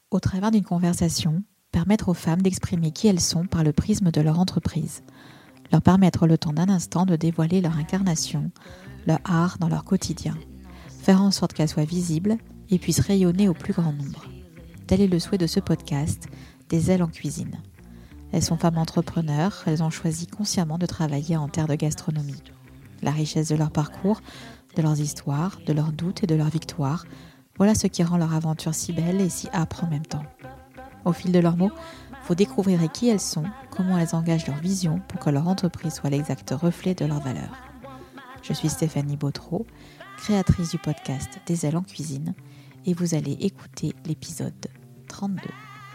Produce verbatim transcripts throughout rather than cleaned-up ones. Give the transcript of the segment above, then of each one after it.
Au travers d'une conversation, permettre aux femmes d'exprimer qui elles sont par le prisme de leur entreprise. Leur permettre le temps d'un instant de dévoiler leur incarnation, leur art dans leur quotidien. Faire en sorte qu'elles soient visibles et puissent rayonner au plus grand nombre. Tel est le souhait de ce podcast, Des ailes en cuisine. Elles sont femmes entrepreneurs, elles ont choisi consciemment de travailler en terre de gastronomie. La richesse de leur parcours, de leurs histoires, de leurs doutes et de leurs victoires, voilà ce qui rend leur aventure si belle et si âpre en même temps. Au fil de leurs mots, vous découvrirez qui elles sont, comment elles engagent leur vision pour que leur entreprise soit l'exact reflet de leurs valeurs. Je suis Stéphanie Bautreau, créatrice du podcast Des ailes en cuisine, et vous allez écouter l'épisode trente-deux.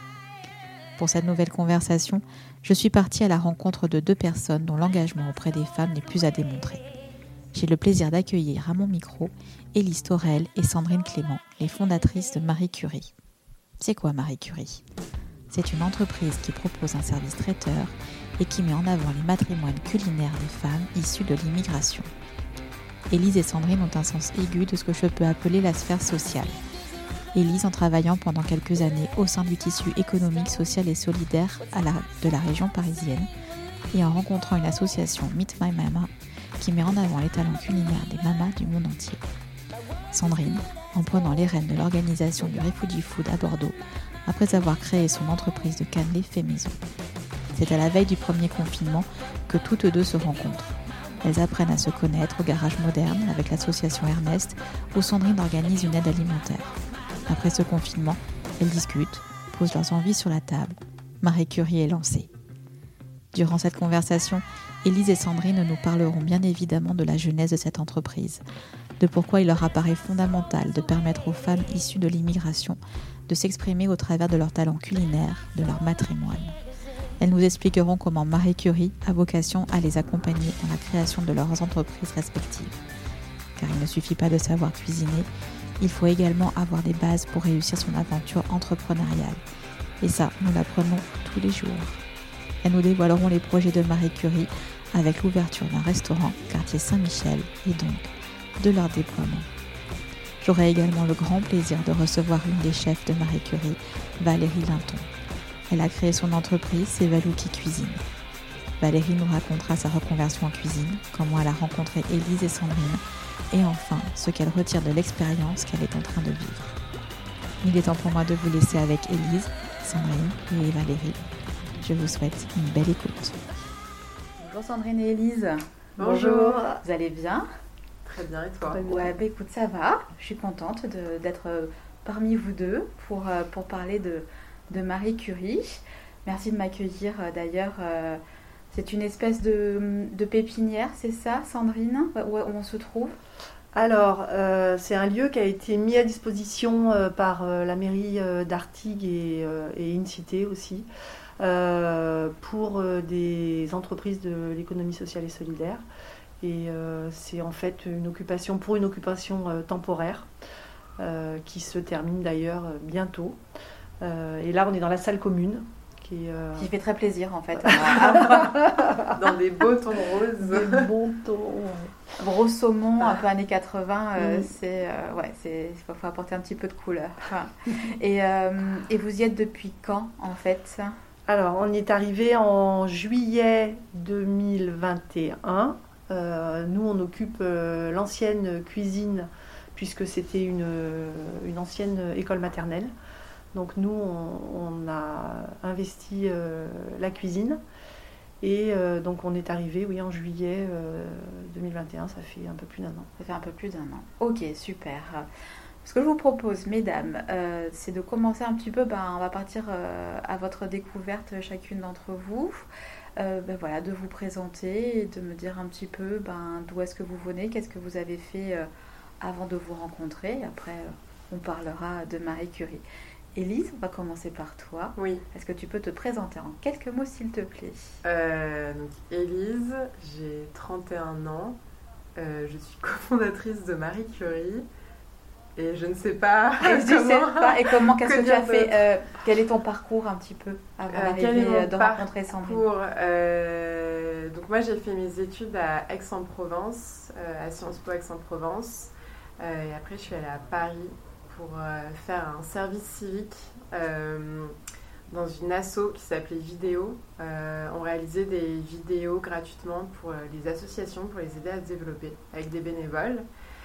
Pour cette nouvelle conversation, je suis partie à la rencontre de deux personnes dont l'engagement auprès des femmes n'est plus à démontrer. J'ai le plaisir d'accueillir à mon micro Élise Torel et Sandrine Clément, les fondatrices de Marie Curie. C'est quoi Marie Curie ? C'est une entreprise qui propose un service traiteur et qui met en avant les matrimoines culinaires des femmes issues de l'immigration. Élise et Sandrine ont un sens aigu de ce que je peux appeler la sphère sociale. Élise, en travaillant pendant quelques années au sein du tissu économique, social et solidaire à la, de la région parisienne, et en rencontrant une association Meet My Mama qui met en avant les talents culinaires des mamas du monde entier. Sandrine, en prenant les rênes de l'organisation du Refugee Food à Bordeaux, après avoir créé son entreprise de cannelés fait maison. C'est à la veille du premier confinement que toutes deux se rencontrent. Elles apprennent à se connaître au garage moderne avec l'association Ernest, où Sandrine organise une aide alimentaire. Après ce confinement, elles discutent, posent leurs envies sur la table. Marie Curie est lancée. Durant cette conversation, Élise et Sandrine nous parleront bien évidemment de la genèse de cette entreprise, de pourquoi il leur apparaît fondamental de permettre aux femmes issues de l'immigration de s'exprimer au travers de leurs talents culinaires, de leur matrimoine. Elles nous expliqueront comment Marie Curie a vocation à les accompagner dans la création de leurs entreprises respectives. Car il ne suffit pas de savoir cuisiner, il faut également avoir des bases pour réussir son aventure entrepreneuriale. Et ça, nous l'apprenons tous les jours. Elles nous dévoileront les projets de Marie Curie avec l'ouverture d'un restaurant quartier Saint-Michel et donc de leur déploiement. J'aurai également le grand plaisir de recevoir une des chefs de Marie Curie, Valérie Linton. Elle a créé son entreprise, c'est Valou qui cuisine. Valérie nous racontera sa reconversion en cuisine, comment elle a rencontré Élise et Sandrine, et enfin ce qu'elle retire de l'expérience qu'elle est en train de vivre. Il est temps pour moi de vous laisser avec Élise, Sandrine et Valérie. Je vous souhaite une belle écoute. Bonjour Sandrine et Élise. Bonjour. Vous allez bien ? Très bien, et toi ? Ouais, bah écoute, ça va. Je suis contente de, d'être parmi vous deux pour, pour parler de, de Marie Curie. Merci de m'accueillir d'ailleurs. C'est une espèce de, de pépinière, c'est ça, Sandrine, où, où on se trouve ? Alors, euh, c'est un lieu qui a été mis à disposition euh, par euh, la mairie euh, d'Artigues et, euh, et InCité aussi, euh, pour euh, des entreprises de l'économie sociale et solidaire. Et euh, c'est en fait une occupation pour une occupation euh, temporaire euh, qui se termine d'ailleurs euh, bientôt. Euh, et là, on est dans la salle commune. Qui, euh... qui fait très plaisir en fait. Dans des beaux tons roses. Des bons tons. Gros saumon, un peu années quatre-vingts, euh, mm. c'est euh, ouais, c'est faut, faut apporter un petit peu de couleur. Enfin, et euh, et vous y êtes depuis quand en fait ? Alors, on y est arrivé en juillet deux mille vingt et un. Euh, nous, on occupe euh, l'ancienne cuisine puisque c'était une, une ancienne école maternelle. Donc nous, on, on a investi euh, la cuisine et euh, donc on est arrivé, oui, en juillet euh, deux mille vingt et un, ça fait un peu plus d'un an. Ça fait un peu plus d'un an. Ok, super. Ce que je vous propose, mesdames, euh, c'est de commencer un petit peu, ben, on va partir euh, à votre découverte chacune d'entre vous. Euh, ben voilà, de vous présenter et de me dire un petit peu ben, d'où est-ce que vous venez, qu'est-ce que vous avez fait euh, avant de vous rencontrer. Après, euh, on parlera de Marie Curie. Élise, on va commencer par toi. Oui. Est-ce que tu peux te présenter en quelques mots, s'il te plaît ? euh, Donc, Élise, j'ai trente et un ans. Euh, je suis cofondatrice de Marie Curie. Et je ne sais pas. Et je comment, sais pas. Et comment, qu'est-ce que, que tu as fait euh, Quel est ton parcours un petit peu avant euh, d'arriver de rencontrer Sandrine ? euh, Donc moi j'ai fait mes études à Aix-en-Provence, euh, à Sciences Po Aix-en-Provence. Euh, et après je suis allée à Paris pour euh, faire un service civique euh, dans une asso qui s'appelait Vidéo. Euh, on réalisait des vidéos gratuitement pour les associations, pour les aider à se développer avec des bénévoles.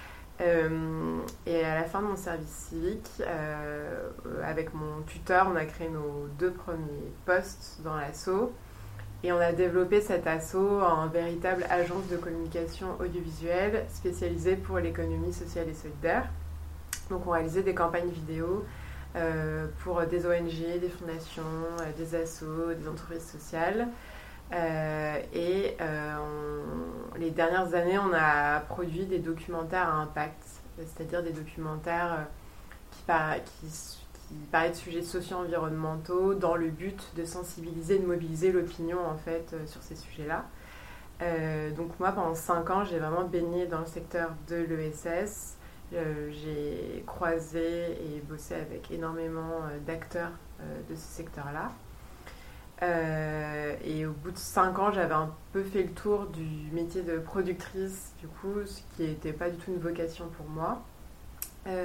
Euh, et à la fin de mon service civique, euh, avec mon tuteur, on a créé nos deux premiers postes dans l'asso. Et on a développé cet asso en véritable agence de communication audiovisuelle spécialisée pour l'économie sociale et solidaire. Donc on réalisait des campagnes vidéo euh, pour des O N G, des fondations, euh, des assos, des entreprises sociales. Euh, et euh, on, les dernières années, on a produit des documentaires à impact, c'est-à-dire des documentaires euh, qui, par, qui, qui parlaient de sujets socio-environnementaux dans le but de sensibiliser et de mobiliser l'opinion en fait, euh, sur ces sujets-là. Euh, donc moi, pendant cinq ans, j'ai vraiment baigné dans le secteur de l'E S S. Euh, j'ai croisé et bossé avec énormément euh, d'acteurs euh, de ce secteur-là. Euh, et au bout de cinq ans, j'avais un peu fait le tour du métier de productrice, du coup, ce qui n'était pas du tout une vocation pour moi. Euh,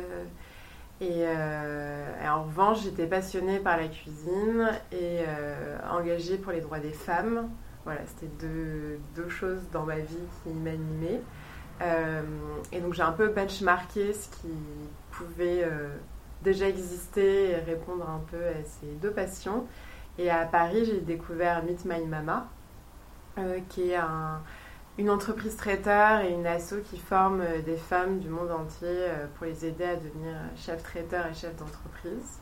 et, euh, et en revanche, j'étais passionnée par la cuisine et euh, engagée pour les droits des femmes. Voilà, c'était deux, deux choses dans ma vie qui m'animaient. Euh, et donc j'ai un peu benchmarké ce qui pouvait euh, déjà exister et répondre un peu à ces deux passions. Et à Paris, j'ai découvert Meet My Mama, euh, qui est un, une entreprise traiteur et une asso qui forme des femmes du monde entier euh, pour les aider à devenir chef traiteur et chef d'entreprise.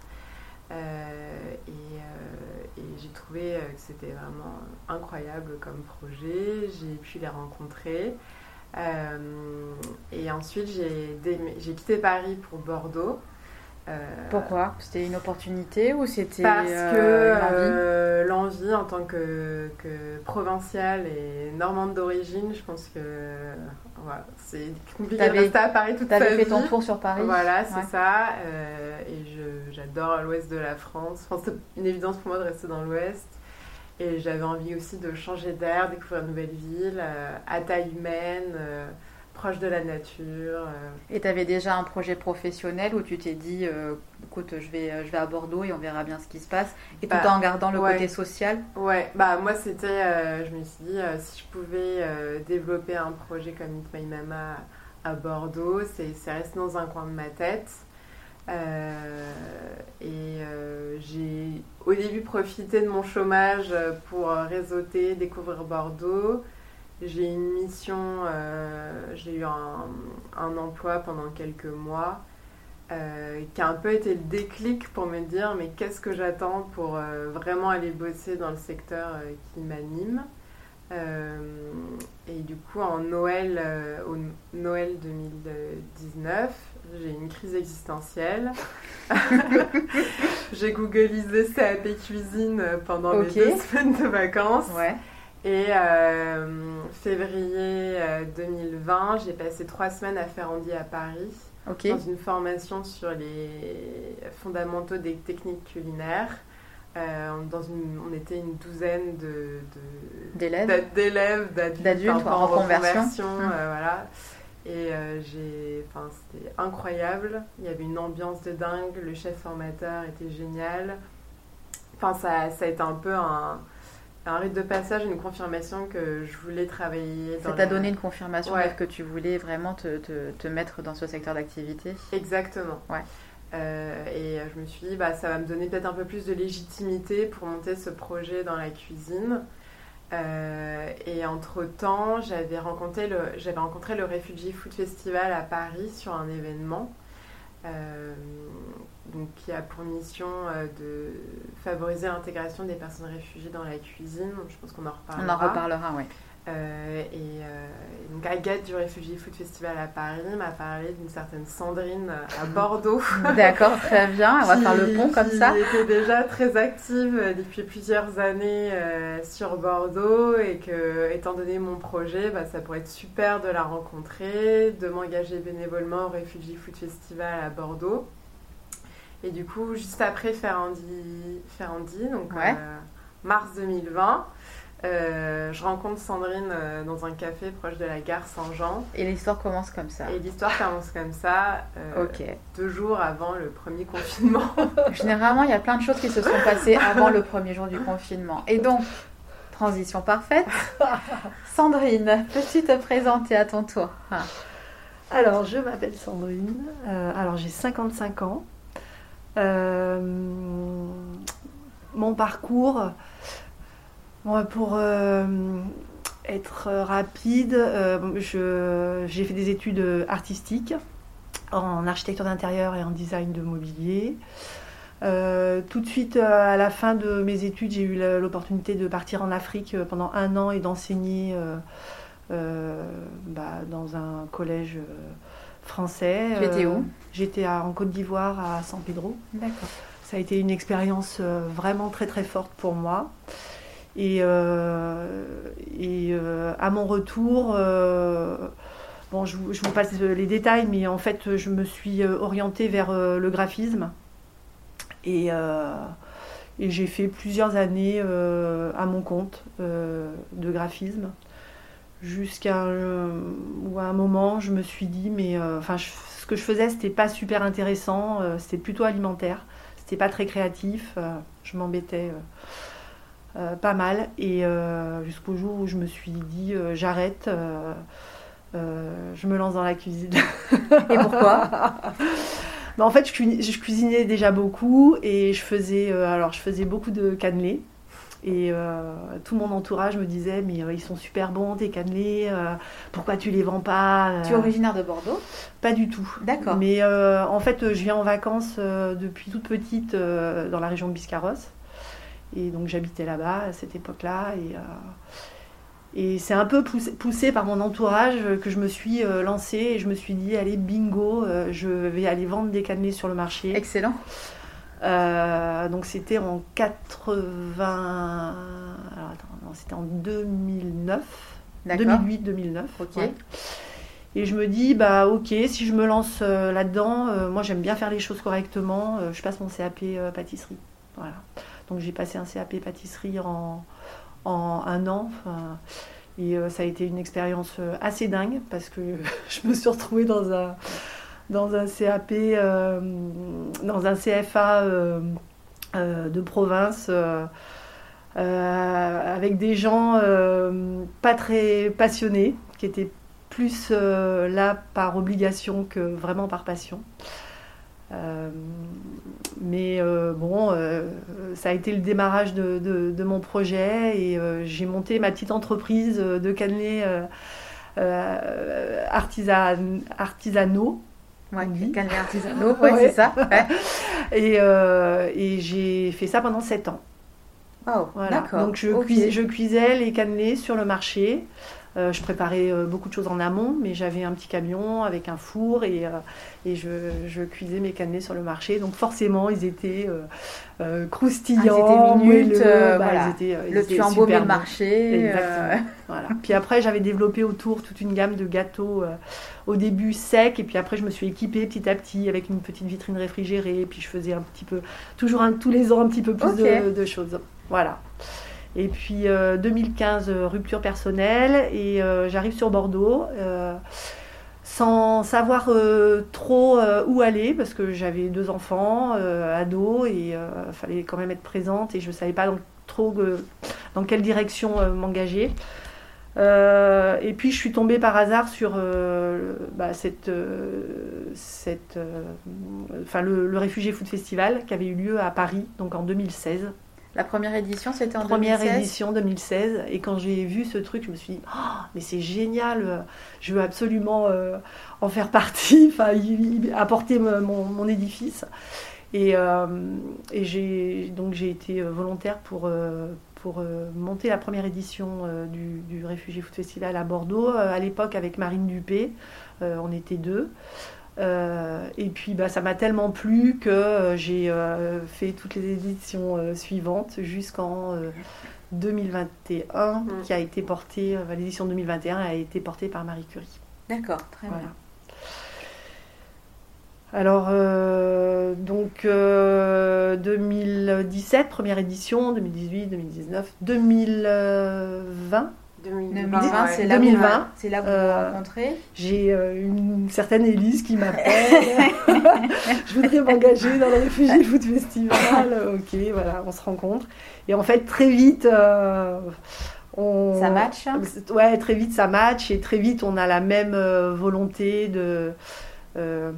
Euh, et, euh, et j'ai trouvé que c'était vraiment incroyable comme projet. J'ai pu les rencontrer. Euh, et ensuite, j'ai, dé- j'ai quitté Paris pour Bordeaux. Euh, Pourquoi ? C'était une opportunité ou c'était parce euh, que l'envie, euh, l'envie en tant que, que provinciale et normande d'origine, je pense que voilà, c'est compliqué t'avais, de rester à Paris toute sa vie. T'avais fait ton tour sur Paris. Voilà, c'est ouais. ça. Euh, et je, j'adore l'ouest de la France. Enfin, c'est une évidence pour moi de rester dans l'ouest. Et j'avais envie aussi de changer d'air, découvrir une nouvelle ville, euh, à taille humaine, euh, proche de la nature. Euh. Et tu avais déjà un projet professionnel où tu t'es dit, euh, écoute, je vais, je vais à Bordeaux et on verra bien ce qui se passe, et bah, tout en gardant le ouais. côté social. Ouais, bah moi c'était, euh, je me suis dit, euh, si je pouvais euh, développer un projet comme Meet My Mama à Bordeaux, c'est, c'est resté dans un coin de ma tête. Euh, et euh, j'ai au début profité de mon chômage pour réseauter, découvrir Bordeaux. J'ai eu une mission, euh, j'ai eu un, un emploi pendant quelques mois euh, qui a un peu été le déclic pour me dire mais qu'est-ce que j'attends pour euh, vraiment aller bosser dans le secteur euh, qui m'anime. Euh, et du coup en Noël, euh, au Noël deux mille dix-neuf, j'ai eu une crise existentielle. J'ai googlisé C A P cuisine pendant okay. mes deux semaines de vacances. Ouais. Et euh, février euh, deux mille vingt, j'ai passé trois semaines à Ferrandi à Paris, okay. dans une formation sur les fondamentaux des techniques culinaires. Euh, dans une, on était une douzaine de, de, d'élèves, d'élèves d'adultes, d'adultes en, en reconversion. Mmh. Euh, voilà. Et euh, j'ai, enfin, c'était incroyable. Il y avait une ambiance de dingue. Le chef formateur était génial. Enfin, ça, ça a été un peu un, un rite de passage, une confirmation que je voulais travailler. Ça dans t'a la... donné une confirmation ouais. que tu voulais vraiment te, te, te mettre dans ce secteur d'activité. Exactement. Ouais. Euh, et je me suis dit, bah, ça va me donner peut-être un peu plus de légitimité pour monter ce projet dans la cuisine. Euh, et entre-temps, j'avais rencontré, le, j'avais rencontré le Refugee Food Festival à Paris sur un événement euh, donc, qui a pour mission euh, de favoriser l'intégration des personnes réfugiées dans la cuisine. Je pense qu'on en reparlera. On en reparlera, oui. Euh, et euh, donc Agathe du Refugee Food Festival à Paris m'a parlé d'une certaine Sandrine à Bordeaux. D'accord, très bien, on va qui, faire le pont comme ça. Qui était déjà très active depuis plusieurs années euh, sur Bordeaux et que, étant donné mon projet, bah, ça pourrait être super de la rencontrer, de m'engager bénévolement au Refugee Food Festival à Bordeaux. Et du coup, juste après Ferrandi, Ferrandi donc ouais. euh, mars deux mille vingt, Euh, je rencontre Sandrine euh, dans un café proche de la gare Saint-Jean. Et l'histoire commence comme ça. Et l'histoire commence comme ça, euh, Ok. deux jours avant le premier confinement. Généralement, il y a plein de choses qui se sont passées avant le premier jour du confinement. Et donc, transition parfaite. Sandrine, peux-tu te présenter à ton tour? Ah. Alors, je m'appelle Sandrine. Euh, alors, j'ai cinquante-cinq ans. Euh, mon parcours, bon, pour euh, être rapide, euh, je, j'ai fait des études artistiques en architecture d'intérieur et en design de mobilier. Euh, tout de suite, à la fin de mes études, j'ai eu l'opportunité de partir en Afrique pendant un an et d'enseigner euh, euh, bah, dans un collège euh, français. Tu étais où? Euh, J'étais à- en Côte d'Ivoire, à San Pedro. D'accord. Ça a été une expérience euh, vraiment très très forte pour moi. Et, euh, et euh, à mon retour, euh, bon, je, vous- je vous passe les détails, mais en fait, je me suis euh, orientée vers euh, le graphisme. Et, euh, et j'ai fait plusieurs années euh, à mon compte euh, de graphisme. Jusqu'à un, où à un moment, je me suis dit, mais euh, enfin, je- ce que je faisais, c'était pas super intéressant, euh, c'était plutôt alimentaire, c'était pas très créatif, euh, je m'embêtais euh, euh, pas mal. Et euh, jusqu'au jour où je me suis dit, euh, j'arrête, euh, euh, je me lance dans la cuisine. Et pourquoi? Bah, en fait, je, cui- je cuisinais déjà beaucoup et je faisais, euh, alors, je faisais beaucoup de cannelés. Et euh, tout mon entourage me disait, mais euh, ils sont super bons tes cannelés, euh, pourquoi tu les vends pas? Tu es originaire de Bordeaux? Pas du tout. D'accord. Mais euh, en fait, je viens en vacances euh, depuis toute petite euh, dans la région de Biscarrosse. Et donc j'habitais là-bas à cette époque-là. Et, euh, et c'est un peu poussé, poussé par mon entourage que je me suis euh, lancée et je me suis dit, allez, bingo, euh, je vais aller vendre des cannelés sur le marché. Excellent. Euh, donc c'était en quatre-vingts. Alors attends, non, c'était en deux mille neuf. D'accord. deux mille huit deux mille neuf. Ok. Ouais. Et je me dis, bah ok, si je me lance euh, là-dedans, euh, moi j'aime bien faire les choses correctement, euh, je passe mon C A P euh, pâtisserie. Voilà. Donc j'ai passé un C A P pâtisserie en, en un an. Enfin, et euh, ça a été une expérience euh, assez dingue parce que je me suis retrouvée dans un, dans un C A P, euh, dans un C F A euh, euh, de province. Euh, euh, avec des gens euh, pas très passionnés, qui étaient plus euh, là par obligation que vraiment par passion. Euh, mais euh, bon, euh, ça a été le démarrage de, de, de mon projet et euh, j'ai monté ma petite entreprise de cannelés euh, euh, artisan, artisanaux. Ouais, on dit. cannelés artisanaux, ouais, Ouais. c'est ça. Ouais. Et, euh, et j'ai fait ça pendant sept ans. Oh, Voilà. d'accord. Donc je, Ok. cuis- je cuisais les cannelés sur le marché. Euh, je préparais euh, beaucoup de choses en amont, mais j'avais un petit camion avec un four et, euh, et je, je cuisais mes cannelés sur le marché. Donc forcément, ils étaient euh, euh, croustillants, Ah, ils étaient minutes, moelleux. euh, Bah, voilà. ils étaient, euh, ils Le étaient tu embaumé super le bons. marché. Exactement. euh, Voilà. Puis après, j'avais développé autour toute une gamme de gâteaux euh, au début secs. Et puis après, je me suis équipée petit à petit avec une petite vitrine réfrigérée. Et puis je faisais un petit peu, toujours un- tous les ans, un petit peu plus Ok. de, de choses. Voilà. Et puis euh, deux mille quinze, euh, rupture personnelle. Et euh, j'arrive sur Bordeaux. euh, sans savoir euh, trop euh, où aller parce que j'avais deux enfants, euh, ados, et il euh, fallait quand même être présente et je ne savais pas donc, trop euh, dans quelle direction euh, m'engager. Euh, et puis je suis tombée par hasard sur euh, bah, cette, euh, cette, euh, enfin, le, le Réfugié Food Festival qui avait eu lieu à Paris donc en deux mille seize. La première édition, c'était en Première deux mille seize. édition deux mille seize. Et quand j'ai vu ce truc, je me suis dit, oh, mais c'est génial, je veux absolument euh, en faire partie, enfin, y- y- apporter mon, mon édifice. Et, euh, et j'ai, donc j'ai été volontaire pour, euh, pour euh, monter la première édition euh, du, du Réfugié Food Festival à Bordeaux, euh, à l'époque avec Marine Dupé, euh, on était deux. Euh, et puis bah, ça m'a tellement plu que euh, j'ai euh, fait toutes les éditions euh, suivantes jusqu'en euh, deux mille vingt et un, Mm. qui a été portée, euh, l'édition deux mille vingt et un a été portée par Marie Curie. D'accord, très Voilà. bien. Alors, euh, donc euh, deux mille dix-sept, première édition, deux mille dix-huit, deux mille dix-neuf, deux mille vingt. deux mille vingt, c'est là, deux mille vingt, vous, c'est là que vous euh, vous rencontrez. J'ai euh, une certaine Élise qui m'appelle. Je voudrais m'engager dans le Refugee Food Festival. Ok, voilà, on se rencontre. Et en fait, très vite, euh, on... ça match. Ouais, très vite ça match et très vite on a la même euh, volonté de. Euh,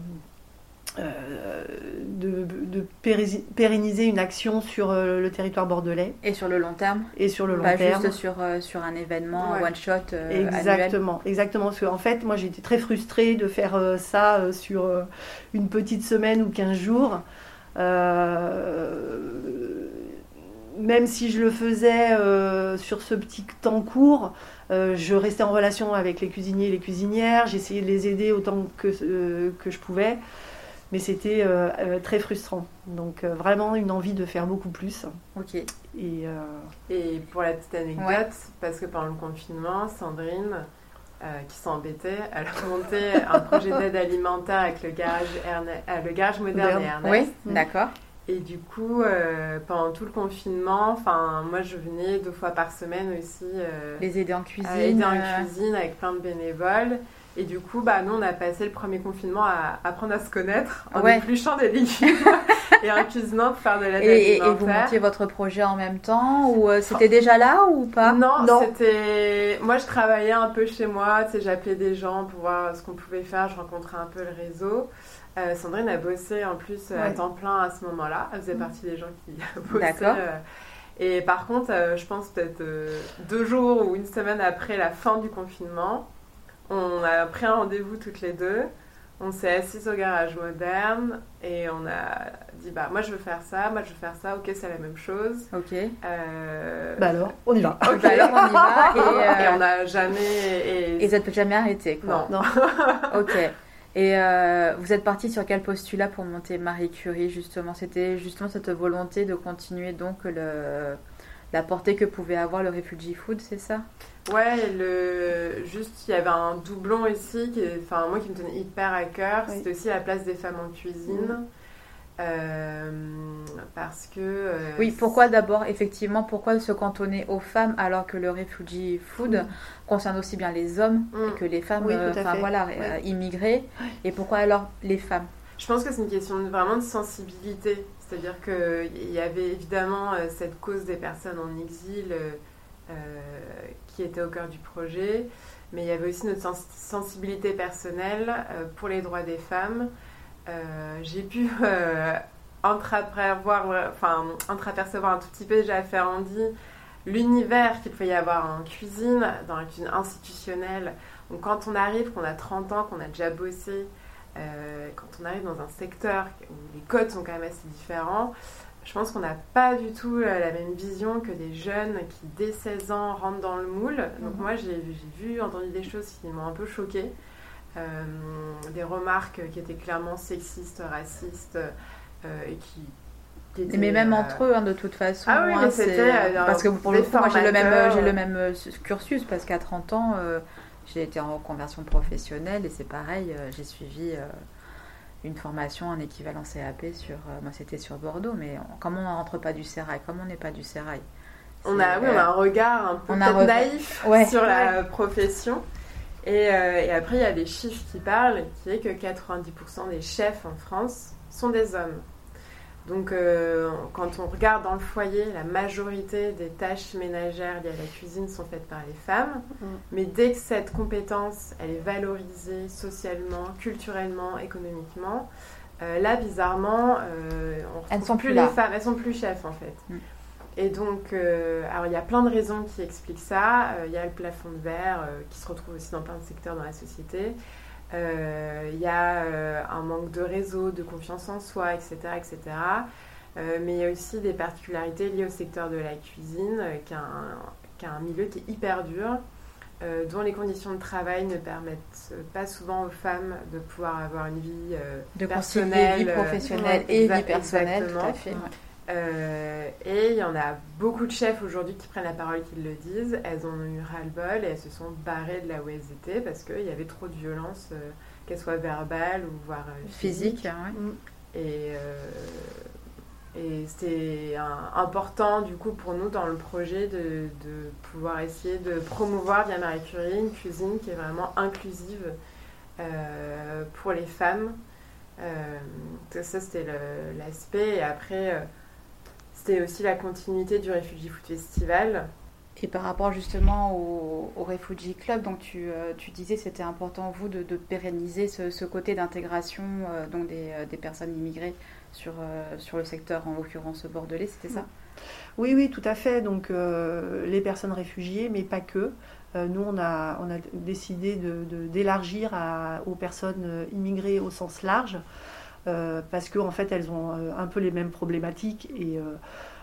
Euh, de, de pérenniser une action sur euh, le territoire bordelais. Et sur le long terme. Et sur le long Pas terme. juste sur, euh, sur un événement ouais. one shot euh, exactement, annuel. Exactement, parce qu'en fait, moi j'ai été très frustrée de faire euh, ça euh, sur euh, une petite semaine ou quinze jours. Euh, même si je le faisais euh, sur ce petit temps court, euh, je restais en relation avec les cuisiniers et les cuisinières, j'essayais de les aider autant que, euh, que je pouvais. Mais c'était euh, euh, très frustrant. Donc euh, vraiment une envie de faire beaucoup plus. Ok. Et, euh... et pour la petite anecdote, ouais. parce que pendant le confinement, Sandrine, euh, qui s'embêtait, elle a monté un projet d'aide alimentaire avec le garage, Erne- euh, le garage moderne et Ernest. Oui, d'accord. Et du coup, euh, pendant tout le confinement, moi je venais deux fois par semaine aussi euh, les aider en cuisine, aider en euh... cuisine avec plein de bénévoles. Et du coup, bah, nous, on a passé le premier confinement à apprendre à se connaître en ouais. épluchant des légumes et en cuisinant pour faire de l'aide et, alimentaire. Et vous montiez votre projet en même temps ou euh, c'était déjà là ou pas? Non, non, c'était... Moi, je travaillais un peu chez moi. Tu sais, j'appelais des gens pour voir ce qu'on pouvait faire. Je rencontrais un peu le réseau. Euh, Sandrine a bossé en plus ouais. à temps plein à ce moment-là. Elle faisait mmh. partie des gens qui bossaient. D'accord. Euh, et par contre, euh, je pense peut-être euh, deux jours ou une semaine après la fin du confinement, on a pris un rendez-vous toutes les deux, on s'est assis au garage moderne et on a dit bah moi je veux faire ça, moi je veux faire ça, ok c'est la même chose. Ok. Euh... Bah alors on y va. Ok. Bah alors on y va et, euh... et on n'a jamais. Et... et vous n'êtes jamais arrêté quoi. Non. non. Ok. Et euh, vous êtes parti sur quel postulat pour monter Marie Curie justement? C'était justement cette volonté de continuer donc le la portée que pouvait avoir le Refugee Food, c'est ça? Ouais, le... juste il y avait un doublon ici, qui est... enfin, moi qui me tenait hyper à cœur, oui. C'était aussi la place des femmes en cuisine. Mmh. Euh, parce que... Euh, oui, pourquoi d'abord, effectivement, pourquoi se cantonner aux femmes alors que le Refugee Food mmh. concerne aussi bien les hommes mmh. que les femmes oui, euh, enfin, voilà, oui. euh, immigrées? Oui. Et pourquoi alors les femmes? Je pense que c'est une question de, vraiment de sensibilité. C'est-à-dire qu'il y avait évidemment euh, cette cause des personnes en exil euh, euh, qui était au cœur du projet, mais il y avait aussi notre sens- sensibilité personnelle euh, pour les droits des femmes. Euh, j'ai pu euh, entreapercevoir, enfin, entreapercevoir un tout petit peu déjà à Ferrandi l'univers qu'il peut y avoir en cuisine, dans la cuisine institutionnelle. Donc quand on arrive, qu'on a trente ans, qu'on a déjà bossé, Euh, quand on arrive dans un secteur où les codes sont quand même assez différents, je pense qu'on n'a pas du tout la, la même vision que des jeunes qui, dès seize ans, rentrent dans le moule. Donc mmh. moi, j'ai, j'ai vu, entendu des choses qui m'ont un peu choquée. Euh, des remarques qui étaient clairement sexistes, racistes, euh, et qui... qui étaient, mais même euh... entre eux, hein, de toute façon. Ah oui, hein, mais c'était... Euh, parce que pour le coup, moi, j'ai le même, j'ai le même cursus, parce qu'à trente ans... Euh, j'ai été en reconversion professionnelle et c'est pareil, euh, j'ai suivi euh, une formation en équivalent C A P sur, euh, moi c'était sur Bordeaux, mais on, comme on ne rentre pas du sérail, comme on n'est pas du sérail. On a, oui, on a un regard un peu re... naïf ouais. sur la ouais. profession. Et, euh, et après, il y a des chiffres qui parlent, qui est que quatre-vingt-dix pour cent des chefs en France sont des hommes. Donc, euh, quand on regarde dans le foyer, la majorité des tâches ménagères liées à la cuisine sont faites par les femmes. Mmh. Mais dès que cette compétence, elle est valorisée socialement, culturellement, économiquement, euh, là, bizarrement, euh, on retrouve elles sont plus, plus les là. femmes. Elles sont plus chefs, en fait. Mmh. Et donc, euh, alors il y a plein de raisons qui expliquent ça. Euh, il y a le plafond de verre euh, qui se retrouve aussi dans plein de secteurs dans la société. Euh, il y a euh, un manque de réseau, de confiance en soi, et cetera, et cetera. Euh, mais il y a aussi des particularités liées au secteur de la cuisine, euh, qui, a un, qui a un milieu qui est hyper dur, euh, dont les conditions de travail ne permettent pas souvent aux femmes de pouvoir avoir une vie euh, de personnelle, vie professionnelle euh, et exa- vie personnelle, exactement. tout à fait. Ouais. Euh, et il y en a beaucoup de chefs aujourd'hui qui prennent la parole, qui le disent. Elles en ont eu ras-le-bol et elles se sont barrées de là où elles étaient parce qu'il y avait trop de violence euh, qu'elle soit verbale ou voire euh, physique. physique. Ouais. Mm. Et, euh, et c'était un, important du coup pour nous dans le projet de, de pouvoir essayer de promouvoir via Marie Curie une cuisine qui est vraiment inclusive euh, pour les femmes. Euh, ça c'était le, l'aspect. Et après, euh, c'était aussi la continuité du Refugee Food Festival. Et par rapport justement au, au Refugee Club, donc tu, euh, tu disais que c'était important, vous, de, de pérenniser ce, ce côté d'intégration euh, donc des, euh, des personnes immigrées sur, euh, sur le secteur, en l'occurrence bordelais, c'était ça ? Oui, oui, tout à fait. Donc euh, les personnes réfugiées, mais pas que. Euh, nous, on a, on a décidé de, de, d'élargir à, aux personnes immigrées au sens large, euh, parce qu'en en fait, elles ont un peu les mêmes problématiques et euh,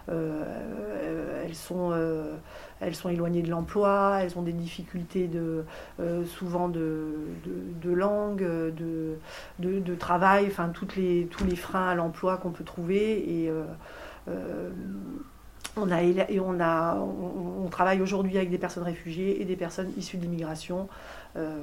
euh, elles sont... Euh, Elles sont éloignées de l'emploi, elles ont des difficultés de, euh, souvent de, de, de langue, de, de, de travail, enfin toutes les, tous les freins à l'emploi qu'on peut trouver. Et, euh, euh, on, a, et on, a, on, on travaille aujourd'hui avec des personnes réfugiées et des personnes issues de l'immigration. Euh,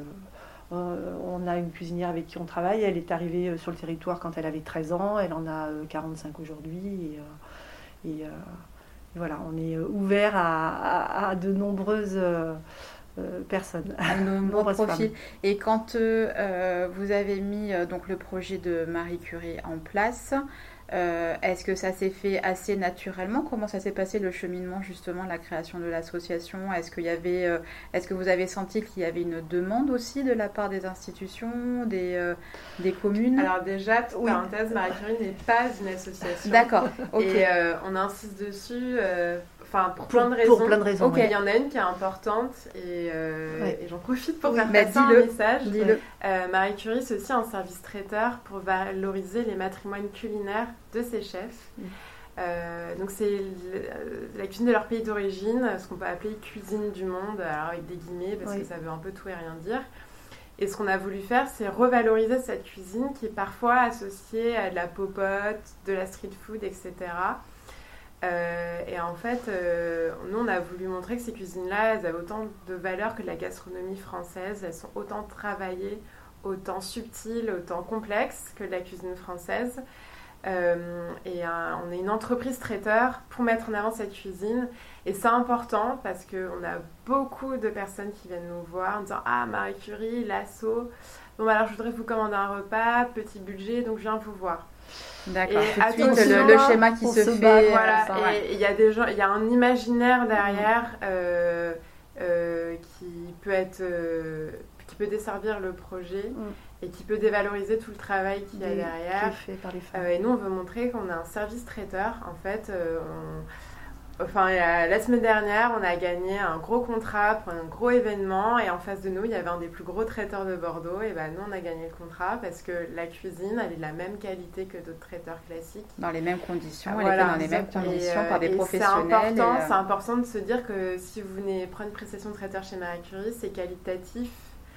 on a une cuisinière avec qui on travaille, elle est arrivée sur le territoire quand elle avait treize ans, elle en a quarante-cinq aujourd'hui. Et, et voilà, on est ouvert à, à, à de nombreuses euh, personnes, à de nombreux profils. Et quand euh, vous avez mis euh, donc le projet de Marie Curie en place, euh, est-ce que ça s'est fait assez naturellement ? Comment ça s'est passé le cheminement justement, la création de l'association ? Est-ce qu'il y avait, euh, est-ce que vous avez senti qu'il y avait une demande aussi de la part des institutions, des, euh, des communes ? Alors déjà, toute oui. parenthèse, Marie Curie n'est pas une association. D'accord, ok. Et euh, on insiste dessus, euh, enfin pour, pour plein de raisons. Pour plein de raisons. Ok, ouais. Il y en a une qui est importante et, euh, ouais. et j'en profite pour oui. faire bah, passer un message. Dis-le. Euh, Marie Curie, c'est aussi un service traiteur pour valoriser les matrimoines culinaires de ses chefs. Mm. Euh, donc c'est le, la cuisine de leur pays d'origine, ce qu'on peut appeler cuisine du monde, alors avec des guillemets parce oui. que ça veut un peu tout et rien dire. Et ce qu'on a voulu faire, c'est revaloriser cette cuisine qui est parfois associée à de la popote, de la street food, et cetera. Euh, et en fait, euh, nous, on a voulu montrer que ces cuisines-là, elles avaient autant de valeur que la gastronomie française. Elles sont autant travaillées, autant subtiles, autant complexes que la cuisine française. Euh, et euh, on est une entreprise traiteur pour mettre en avant cette cuisine. Et c'est important parce qu'on a beaucoup de personnes qui viennent nous voir en disant « Ah, Marie Curie, l'asso, bon alors je voudrais vous commander un repas, petit budget, donc je viens vous voir. » D'accord, et tout de suite, le, le schéma qui se, se fait. Bat, voilà. euh, et il y a des gens, il y a un imaginaire derrière mmh. euh, euh, qui peut être, euh, qui peut desservir le projet mmh. et qui peut dévaloriser tout le travail qu'il y a derrière. Qui est fait par les femmes. Euh, et nous, on veut montrer qu'on a un service traiteur. En fait, euh, on... Enfin, la semaine dernière, on a gagné un gros contrat pour un gros événement et en face de nous, il y avait un des plus gros traiteurs de Bordeaux. Et ben, nous, on a gagné le contrat parce que la cuisine, elle est de la même qualité que d'autres traiteurs classiques. Dans les mêmes conditions, ah, elle voilà, était dans les mêmes conditions et, par des et professionnels. C'est important, et, euh... c'est important de se dire que si vous venez prendre une prestation de traiteur chez Marie Curie, c'est qualitatif.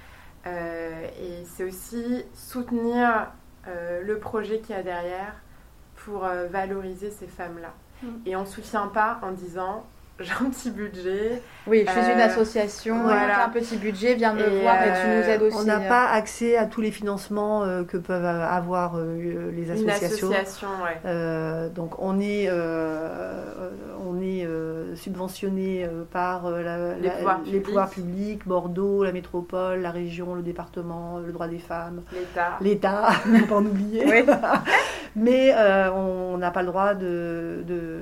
Euh, et c'est aussi soutenir euh, le projet qu'il y a derrière pour euh, valoriser ces femmes-là. Et on ne soutient pas en disant j'ai un petit budget. Oui, je suis euh, une association, voilà. J'ai un petit budget, viens me et voir euh, et tu nous aides aussi. On n'a pas accès à tous les financements euh, que peuvent avoir euh, les associations. Une association, ouais. Euh, donc on est, euh, on est euh, subventionné par la, les, la, pouvoirs les pouvoirs publics, Bordeaux, la métropole, la région, le département, le droit des femmes, l'État, l'État, ne pas en oublier. Oui. Mais euh, on n'a pas le droit de, de,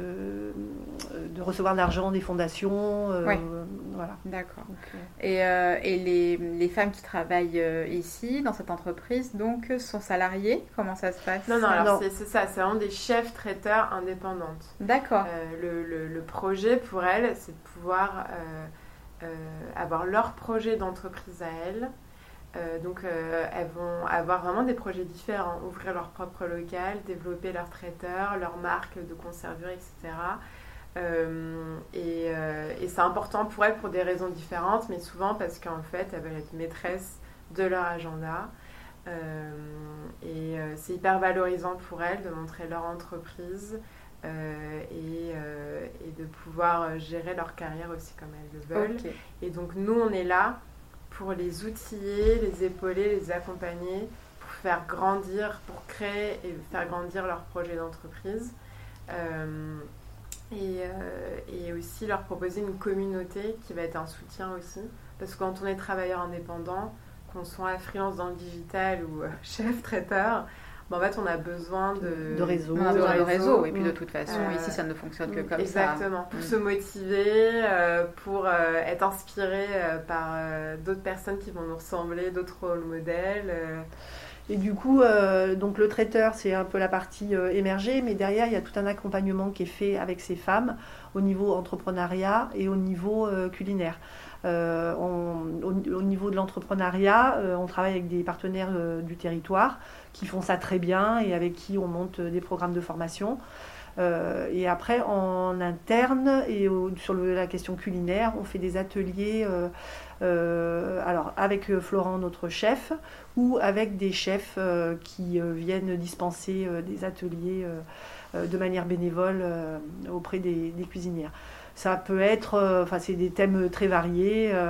de recevoir de l'argent des fondations. Euh, oui. Voilà. D'accord. Okay. Et, euh, et les, les femmes qui travaillent euh, ici, dans cette entreprise, donc, sont salariées ? Comment ça se passe ? Non, non, alors non. C'est, c'est ça, c'est vraiment des chefs traiteurs indépendantes. D'accord. Euh, le, le, le projet pour elles, c'est de pouvoir euh, euh, avoir leur projet d'entreprise à elles. Euh, donc euh, elles vont avoir vraiment des projets différents, ouvrir leur propre local, développer leurs traiteurs, leur marque de conserverie, et cetera. Euh, et, euh, et c'est important pour elles pour des raisons différentes, mais souvent parce qu'en fait elles veulent être maîtresses de leur agenda. Euh, et euh, c'est hyper valorisant pour elles de montrer leur entreprise euh, et, euh, et de pouvoir gérer leur carrière aussi comme elles le veulent. Okay. Et donc nous on est là pour les outiller, les épauler, les accompagner, pour faire grandir, pour créer et faire grandir leur projet d'entreprise. Euh, et, euh, et aussi leur proposer une communauté qui va être un soutien aussi. Parce que quand on est travailleur indépendant, qu'on soit freelance dans le digital ou euh, chef traiteur, bon, en fait, on a besoin de, de réseau. On a besoin de réseau, et puis de mmh. toute façon, euh, ici, ça ne fonctionne que comme exactement, ça. Exactement, pour mmh. se motiver, euh, pour euh, être inspiré euh, par euh, d'autres personnes qui vont nous ressembler, d'autres rôles modèles. Euh. Et du coup, euh, donc le traiteur, c'est un peu la partie euh, émergée, mais derrière, il y a tout un accompagnement qui est fait avec ces femmes au niveau entrepreneuriat et au niveau euh, culinaire. Euh, on, au, au niveau de l'entrepreneuriat, euh, on travaille avec des partenaires euh, du territoire qui font ça très bien et avec qui on monte des programmes de formation. Euh, et après, en interne et au, sur le, la question culinaire, on fait des ateliers euh, euh, alors avec Florent, notre chef, ou avec des chefs euh, qui euh, viennent dispenser euh, des ateliers euh, euh, de manière bénévole euh, auprès des, des cuisinières. Ça peut être, enfin euh, c'est des thèmes très variés. Euh,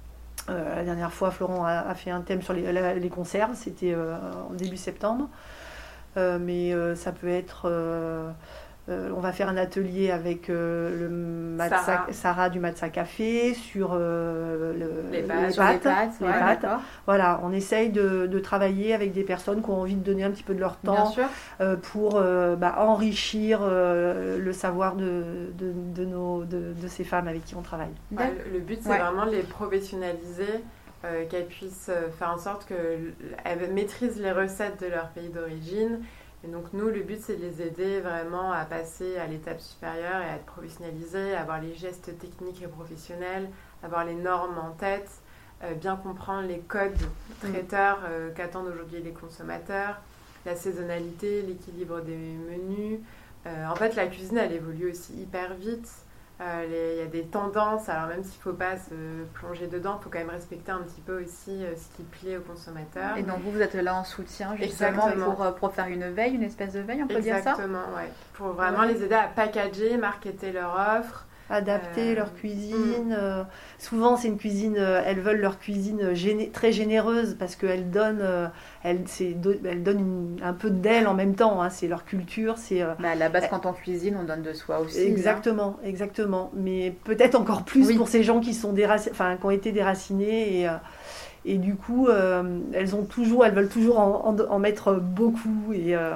euh, la dernière fois, Florent a, a fait un thème sur les, la, les conserves, c'était euh, en début septembre. Euh, mais euh, ça peut être, euh, euh, on va faire un atelier avec euh, le Matza, Sarah. Sarah du Matza Café sur euh, le, les pâtes. Les pâtes, les pâtes, les ouais, pâtes. Voilà, on essaye de, de travailler avec des personnes qui ont envie de donner un petit peu de leur temps euh, pour euh, bah, enrichir euh, le savoir de, de, de, nos, de, de ces femmes avec qui on travaille. Ouais, le, le but, c'est ouais. vraiment de les professionnaliser. Euh, qu'elles puissent faire en sorte qu'elles maîtrisent les recettes de leur pays d'origine. Et donc nous, le but, c'est de les aider vraiment à passer à l'étape supérieure et à être professionnalisées, à avoir les gestes techniques et professionnels, avoir les normes en tête, euh, bien comprendre les codes traiteurs euh, qu'attendent aujourd'hui les consommateurs, la saisonnalité, l'équilibre des menus. Euh, en fait, la cuisine, elle évolue aussi hyper vite. Il euh, y a des tendances, alors même s'il ne faut pas se plonger dedans, il faut quand même respecter un petit peu aussi euh, ce qui plaît aux consommateurs. Et donc vous, vous êtes là en soutien justement pour, pour faire une veille, une espèce de veille, on peut Exactement, dire ça ? Exactement, oui. Pour vraiment ouais. les aider à packager, marketer leur offre. Adapter euh, leur cuisine. Mm. Euh, souvent, c'est une cuisine, euh, elles veulent leur cuisine géné- très généreuse parce qu'elles donnent, euh, elles, c'est do- elles donnent une, un peu d'elles en même temps. Hein, c'est leur culture. C'est, euh, bah à la base, quand on cuisine, on donne de soi aussi. Exactement, hein. exactement. Mais peut-être encore plus oui. pour ces gens qui, sont dérac- enfin, qui ont été déracinés. Et, euh, et du coup, euh, elles, ont toujours, elles veulent toujours en, en, en mettre beaucoup. Et... Euh,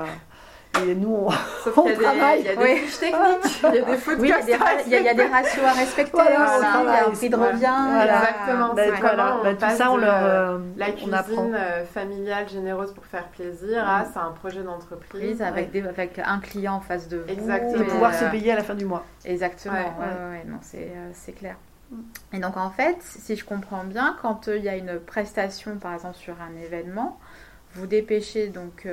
Et nous, on, Sauf on qu'il y a travaille. Il y a des fiches techniques, il y a des fautes oui, il y, y, y a des ratios à respecter, voilà, aussi, il y a un prix de revient. Voilà. Exactement. Bah, voilà. on bah, tout ça, on leur euh, la cuisine on apprend. familiale, généreuse pour faire plaisir, à c'est un projet d'entreprise. Avec, ouais. des, avec un client en face de vous. Exactement. Et pouvoir euh, se payer à la fin du mois. Exactement, ouais, ouais. Ouais, ouais, non, c'est, euh, c'est clair. Et donc, en fait, si je comprends bien, quand il euh, y a une prestation, par exemple, sur un événement, vous dépêchez donc...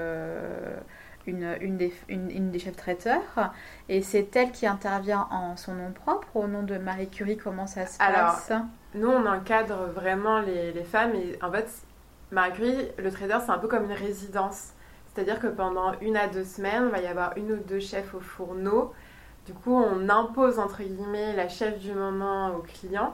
Euh, Une, une, des, une, une des chefs traiteurs, et c'est elle qui intervient en son nom propre, au nom de Marie Curie. Comment ça se Alors, passe ? Nous, on encadre vraiment les, les femmes, et en fait, Marie Curie, le traiteur, c'est un peu comme une résidence. C'est-à-dire que pendant une à deux semaines, il va y avoir une ou deux chefs au fourneau. Du coup, on impose, entre guillemets, la chef du moment au client.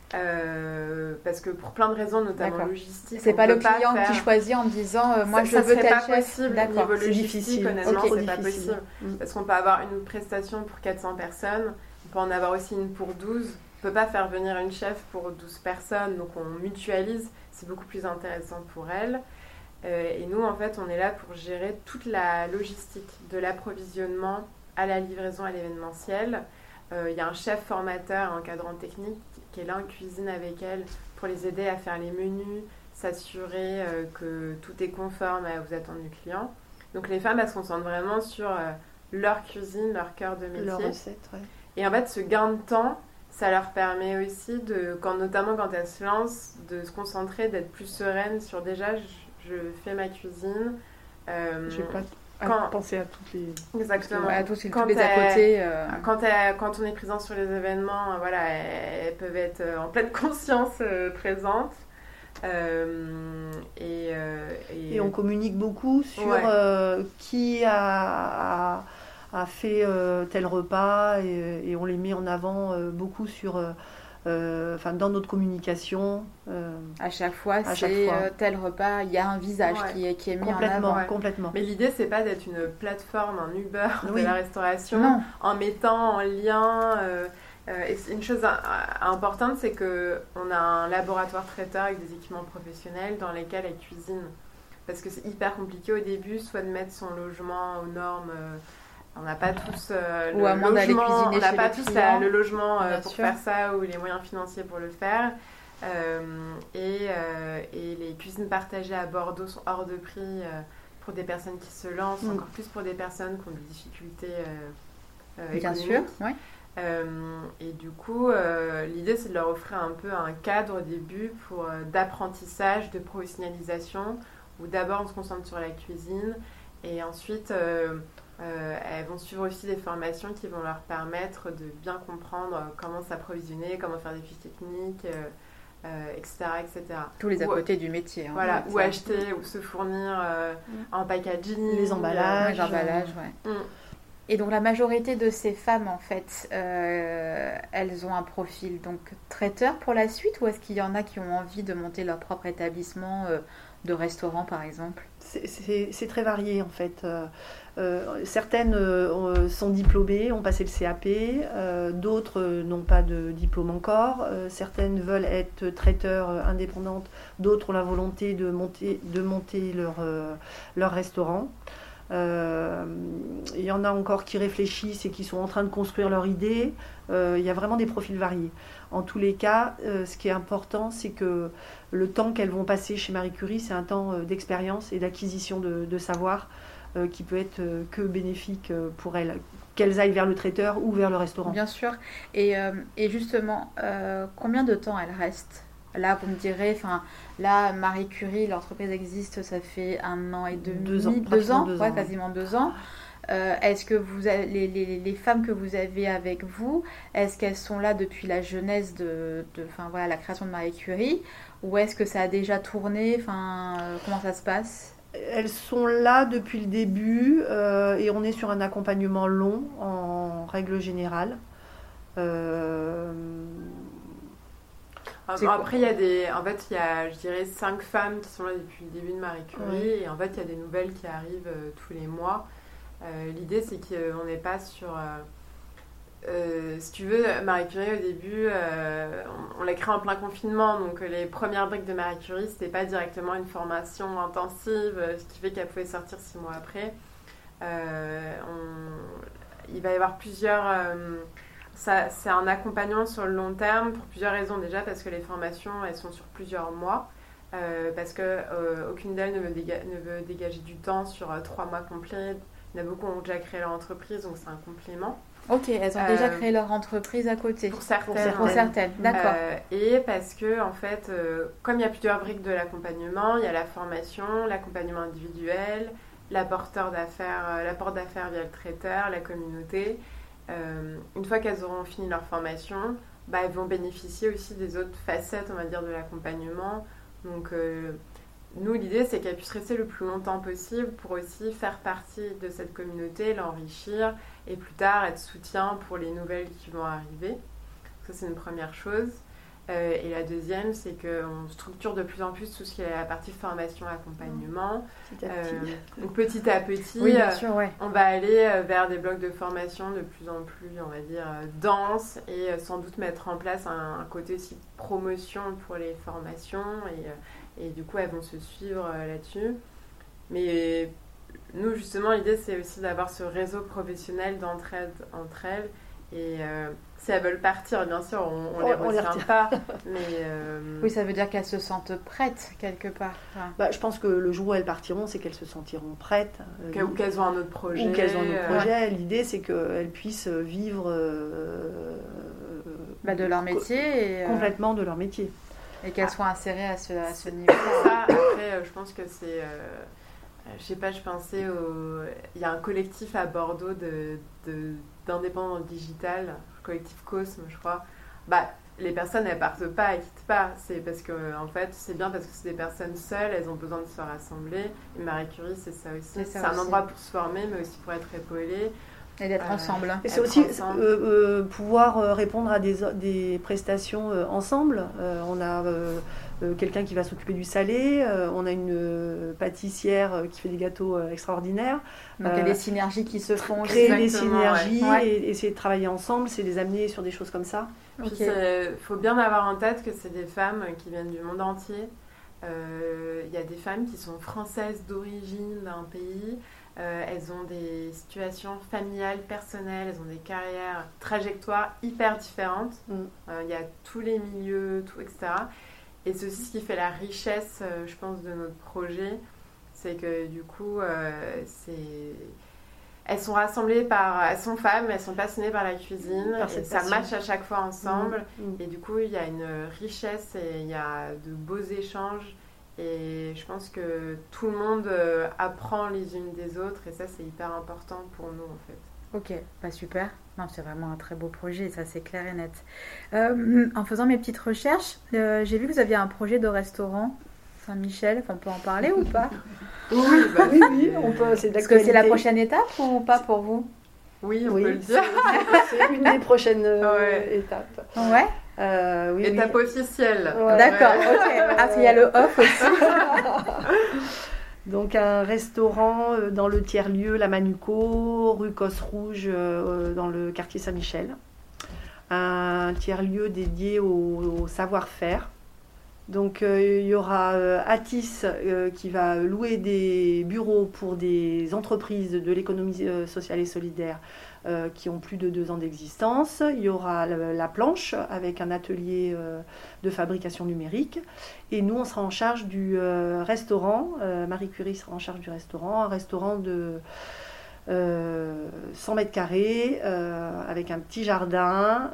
Euh, parce que pour plein de raisons, notamment D'accord. logistiques, c'est pas le client pas faire... qui choisit en disant euh, moi ça, je ça veux tel pas chef. Possible. D'accord. Niveau c'est logistique, difficile. Honnêtement, okay. c'est c'est pas difficile. possible mmh. parce qu'on peut avoir une prestation pour quatre cents personnes, on peut en avoir aussi une pour douze. On peut pas faire venir une chef pour douze personnes, donc on mutualise. C'est beaucoup plus intéressant pour elle. Euh, et nous, en fait, on est là pour gérer toute la logistique, de l'approvisionnement à la livraison à l'événementiel. Il euh, y a un chef formateur, un encadrant technique qui est là en cuisine avec elle pour les aider à faire les menus, s'assurer euh, que tout est conforme aux attentes du client. Donc les femmes, elles se concentrent vraiment sur euh, leur cuisine, leur cœur de métier. Leur recette, ouais. Et en fait, ce gain de temps, ça leur permet aussi, de, quand, notamment quand elles se lancent, de se concentrer, d'être plus sereine sur déjà, je, je fais ma cuisine. Euh, je vais pas quand... penser à toutes les... Exactement. Ouais, à tous, tous les à côté. Euh... Quand, elle, quand on est présent sur les événements, voilà, elles, elles peuvent être en pleine conscience euh, présentes. Euh, et, euh, et... et on communique beaucoup sur ouais. euh, qui a, a, a fait euh, tel repas et, et on les met en avant euh, beaucoup sur... Euh, euh, enfin, dans notre communication. Euh, à chaque fois, à c'est chaque fois. Euh, tel repas, il y a un visage Ouais. qui, est, qui est mis en complètement, avant. Ouais. complètement. Mais l'idée, c'est pas d'être une plateforme, un Uber Oui. de la restauration, Non. en mettant en lien. Euh, euh, et c'est une chose euh, importante, c'est qu'on a un laboratoire traiteur avec des équipements professionnels dans lesquels elle cuisine. Parce que c'est hyper compliqué au début, soit de mettre son logement aux normes. Euh, on n'a pas tous euh, Ou à le moins d'aller logement, cuisiner on n'a chez pas les tous clients. la- le logement euh, Bien pour sûr. faire ça ou les moyens financiers pour le faire. Euh, et, euh, et les cuisines partagées à Bordeaux sont hors de prix euh, pour des personnes qui se lancent, Mm. encore plus pour des personnes qui ont des difficultés euh, euh, Bien économiques. sûr, ouais. Euh, et du coup, euh, l'idée c'est de leur offrir un peu un cadre au début pour, euh, d'apprentissage, de professionnalisation, où d'abord on se concentre sur la cuisine et ensuite euh, euh, elles vont suivre aussi des formations qui vont leur permettre de bien comprendre comment s'approvisionner, comment faire des fiches techniques, euh, euh, et cetera, et cetera. Tous les à Ou- côté du métier. hein. Voilà, Ouais, ou ça. acheter ou se fournir euh, en packaging. Les emballages. Les emballages, ouais. euh, mm. Et donc la majorité de ces femmes, en fait, euh, elles ont un profil donc traiteur pour la suite, ou est-ce qu'il y en a qui ont envie de monter leur propre établissement euh, de restaurant, par exemple? C'est- C'est c'est très varié en fait. Euh, euh, certaines euh, sont diplômées, ont passé le C A P, euh, d'autres euh, n'ont pas de diplôme encore, euh, certaines veulent être traiteurs euh, indépendantes, d'autres ont la volonté de monter, de monter leur, euh, leur restaurant. Euh, Il y en a encore qui réfléchissent et qui sont en train de construire leur idée. Euh, il y a vraiment des profils variés. En tous les cas, euh, ce qui est important, c'est que le temps qu'elles vont passer chez Marie Curie, c'est un temps euh, d'expérience et d'acquisition de, de savoir euh, qui peut être euh, que bénéfique euh, pour elles, qu'elles aillent vers le traiteur ou vers le restaurant. Bien sûr. Et, euh, et justement, euh, combien de temps elles restent? Là, vous me direz, enfin, là, Marie Curie, l'entreprise existe, ça fait un an et demi, Deux ans, deux pratiquement ans, deux ouais, ans, quasiment deux ans. Euh, est-ce que vous avez, les, les, les femmes que vous avez avec vous, est-ce qu'elles sont là depuis la jeunesse de, de enfin, voilà, la création de Marie Curie, ou est-ce que ça a déjà tourné? Enfin, euh, comment ça se passe? Elles sont là depuis le début euh, et on est sur un accompagnement long en règle générale. Euh, C'est quoi? Après, il y a des. En fait, il y a, je dirais, cinq femmes qui sont là depuis le début de Marie Curie. Oui. Et en fait, il y a des nouvelles qui arrivent euh, tous les mois. Euh, L'idée, c'est qu'on n'est pas sur. Euh, euh, si tu veux, Marie Curie, au début, euh, on, on l'a créée en plein confinement. Donc, euh, les premières briques de Marie Curie, c'était pas directement une formation intensive, euh, ce qui fait qu'elle pouvait sortir six mois après. Euh, on, il va y avoir plusieurs. Euh, Ça, c'est un accompagnement sur le long terme pour plusieurs raisons. Déjà parce que les formations, elles sont sur plusieurs mois. Euh, parce que euh, aucune d'elles ne veut, déga- ne veut dégager du temps sur euh, trois mois complets. Il y en a beaucoup qui ont déjà créé leur entreprise, donc c'est un complément. Ok, elles ont Euh, déjà créé leur entreprise à côté. Pour certaines. certaines. Pour certaines, d'accord. Euh, et parce que, en fait, euh, comme il y a plusieurs briques de l'accompagnement, il y a la formation, l'accompagnement individuel, l'apporteur d'affaires, euh, l'apport d'affaires via le traiteur, la communauté. Euh, une fois qu'elles auront fini leur formation, bah, elles vont bénéficier aussi des autres facettes, on va dire, de l'accompagnement. Donc, euh, nous, l'idée, c'est qu'elles puissent rester le plus longtemps possible pour aussi faire partie de cette communauté, l'enrichir et plus tard être soutien pour les nouvelles qui vont arriver. Ça, c'est une première chose. Euh, et la deuxième, c'est qu'on structure de plus en plus tout ce qui est la partie formation, accompagnement. petit à petit. Euh, donc, petit à petit, Oui, bien euh, sûr, ouais. on va aller euh, vers des blocs de formation de plus en plus, on va dire, euh, denses et euh, sans doute mettre en place un, un côté aussi promotion pour les formations et, euh, et du coup elles vont se suivre euh, là-dessus. Mais nous justement l'idée c'est aussi d'avoir ce réseau professionnel d'entraide entre elles et euh, si elles veulent partir bien sûr on, on les On- on les retient retire. pas mais euh, Oui, ça veut dire qu'elles se sentent prêtes quelque part. Enfin, Bah, je pense que le jour où elles partiront, c'est qu'elles se sentiront prêtes. euh, que- ou qu'elles ont un autre projet ou qu'elles ont un autre euh, projet. L'idée, c'est qu'elles puissent vivre euh, bah, de leur métier et, euh, complètement de leur métier. et qu'elles soient insérées à ce, à ce niveau. ça, après, euh, je pense que c'est. Euh, je sais pas, je pensais au. Il y a un collectif à Bordeaux de, de, d'indépendants dans le digital, le collectif Cosme, je crois. Bah, les personnes, elles partent pas, elles quittent pas. C'est parce que, en fait, c'est bien parce que c'est des personnes seules, elles ont besoin de se rassembler. Et Marie Curie, c'est ça aussi. C'est C'est, ça un aussi. endroit pour se former, mais aussi pour être épaulé. Et d'être euh, ensemble. Et c'est aussi euh, euh, pouvoir euh, répondre à des, des prestations euh, ensemble. Euh, on a euh, euh, quelqu'un qui va s'occuper du salé, euh, on a une euh, pâtissière euh, qui fait des gâteaux euh, extraordinaires. Donc il y a des synergies qui se font. Créer des synergies ouais. et essayer de travailler ensemble, c'est les amener sur des choses comme ça. Il okay. faut bien avoir en tête que c'est des femmes qui viennent du monde entier. Il euh, y a des femmes qui sont françaises d'origine d'un pays. Euh, elles ont des situations familiales, personnelles, elles ont des carrières, trajectoires hyper différentes. Il mm. euh, y a tous les milieux, tout, et cetera. Et c'est aussi ce qui fait la richesse, euh, je pense, de notre projet. C'est que du coup, euh, c'est... elles sont rassemblées par... Elles sont femmes, elles sont passionnées par la cuisine. Par et ça match à chaque fois ensemble. Mm. Mm. Et du coup, il y a une richesse et il y a de beaux échanges. Et je pense que tout le monde euh, apprend les unes des autres et ça c'est hyper important pour nous en fait. Ok, bah super. Non, c'est vraiment un très beau projet, ça c'est clair et net. Euh, en faisant mes petites recherches, euh, j'ai vu que vous aviez un projet de restaurant Saint-Michel. Enfin, on peut en parler ou pas? Oui, bah, oui, oui, on peut. C'est Est-ce que c'est la prochaine étape ou pas pour vous? Oui, on oui, peut le dire. C'est, c'est une des prochaines euh, ouais. étapes. Ouais. Euh, oui, Étape oui. officielle. Ouais. D'accord, ok. Ah, il y a le off aussi. Donc un restaurant dans le tiers-lieu La Manuco, rue Cosse Rouge, euh, dans le quartier Saint-Michel. Un tiers-lieu dédié au, au savoir-faire. Donc euh, il y aura euh, Atis euh, qui va louer des bureaux pour des entreprises de l'économie euh, sociale et solidaire euh, qui ont plus de deux ans d'existence. Il y aura la, la planche avec un atelier euh, de fabrication numérique. Et nous, on sera en charge du euh, restaurant. Euh, Marie Curie sera en charge du restaurant. Un restaurant de euh, cent mètres carrés euh, avec un petit jardin.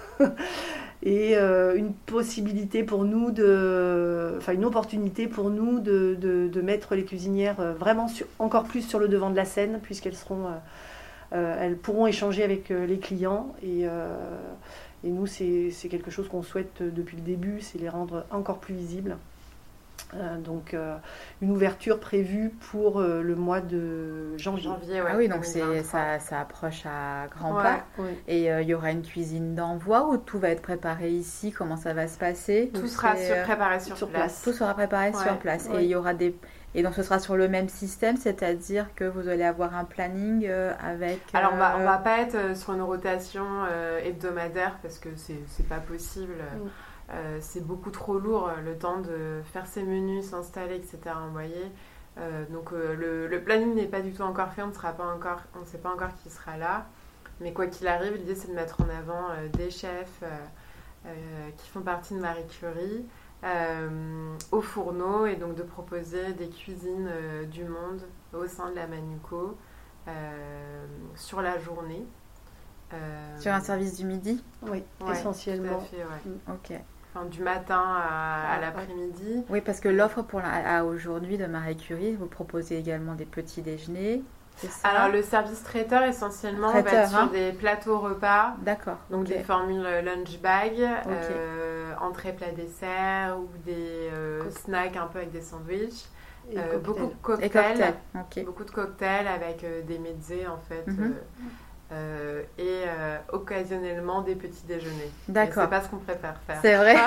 Et euh, une possibilité pour nous de, enfin une opportunité pour nous de, de, de mettre les cuisinières vraiment sur, encore plus sur le devant de la scène, puisqu'elles seront, euh, euh, elles pourront échanger avec euh, les clients. Et, euh, et nous, c'est, c'est quelque chose qu'on souhaite depuis le début, c'est les rendre encore plus visibles. Euh, donc euh, une ouverture prévue pour euh, le mois de janvier. janvier ouais, ah oui, donc c'est, ça, ça approche à grands ouais, pas. Ouais. Et il euh, y aura une cuisine d'envoi ou tout va être préparé ici? Comment ça va se passer? Tout sera sur, préparé sur, sur place. place. Tout sera préparé ouais, sur place. Ouais. Et il y aura des... Et donc ce sera sur le même système, c'est-à-dire que vous allez avoir un planning euh, avec... Euh... Alors on va, on va pas être sur une rotation euh, hebdomadaire parce que c'est, c'est pas possible. Mm. Euh, c'est beaucoup trop lourd le temps de faire ses menus, s'installer, et cetera. Envoyer. Euh, donc euh, le, le planning n'est pas du tout encore fait, on ne sera pas encore, on ne sait pas encore qui sera là. Mais quoi qu'il arrive, l'idée c'est de mettre en avant euh, des chefs euh, euh, qui font partie de Marie Curie euh, au fourneau et donc de proposer des cuisines euh, du monde au sein de la Manuco euh, sur la journée. Euh, sur un service du midi? Oui, ouais, essentiellement. Tout à fait, ouais. Mm. Ok. Enfin, du matin à, à l'après-midi. Oui, parce que l'offre pour la, à aujourd'hui de Marie Curie, vous proposez également des petits déjeuners. C'est ça? Alors le service traiteur essentiellement traiteur, va être hein? sur des plateaux repas. D'accord. Donc okay. des formules lunch bag, okay. euh, entrée plat dessert ou des euh, Co- snacks un peu avec des sandwichs. Euh, beaucoup de cocktails. Et cocktails. Okay. Beaucoup de cocktails avec euh, des mezzés en fait. Mm-hmm. Euh, Euh, et euh, occasionnellement des petits déjeuners. D'accord. C'est pas ce qu'on préfère faire. C'est vrai.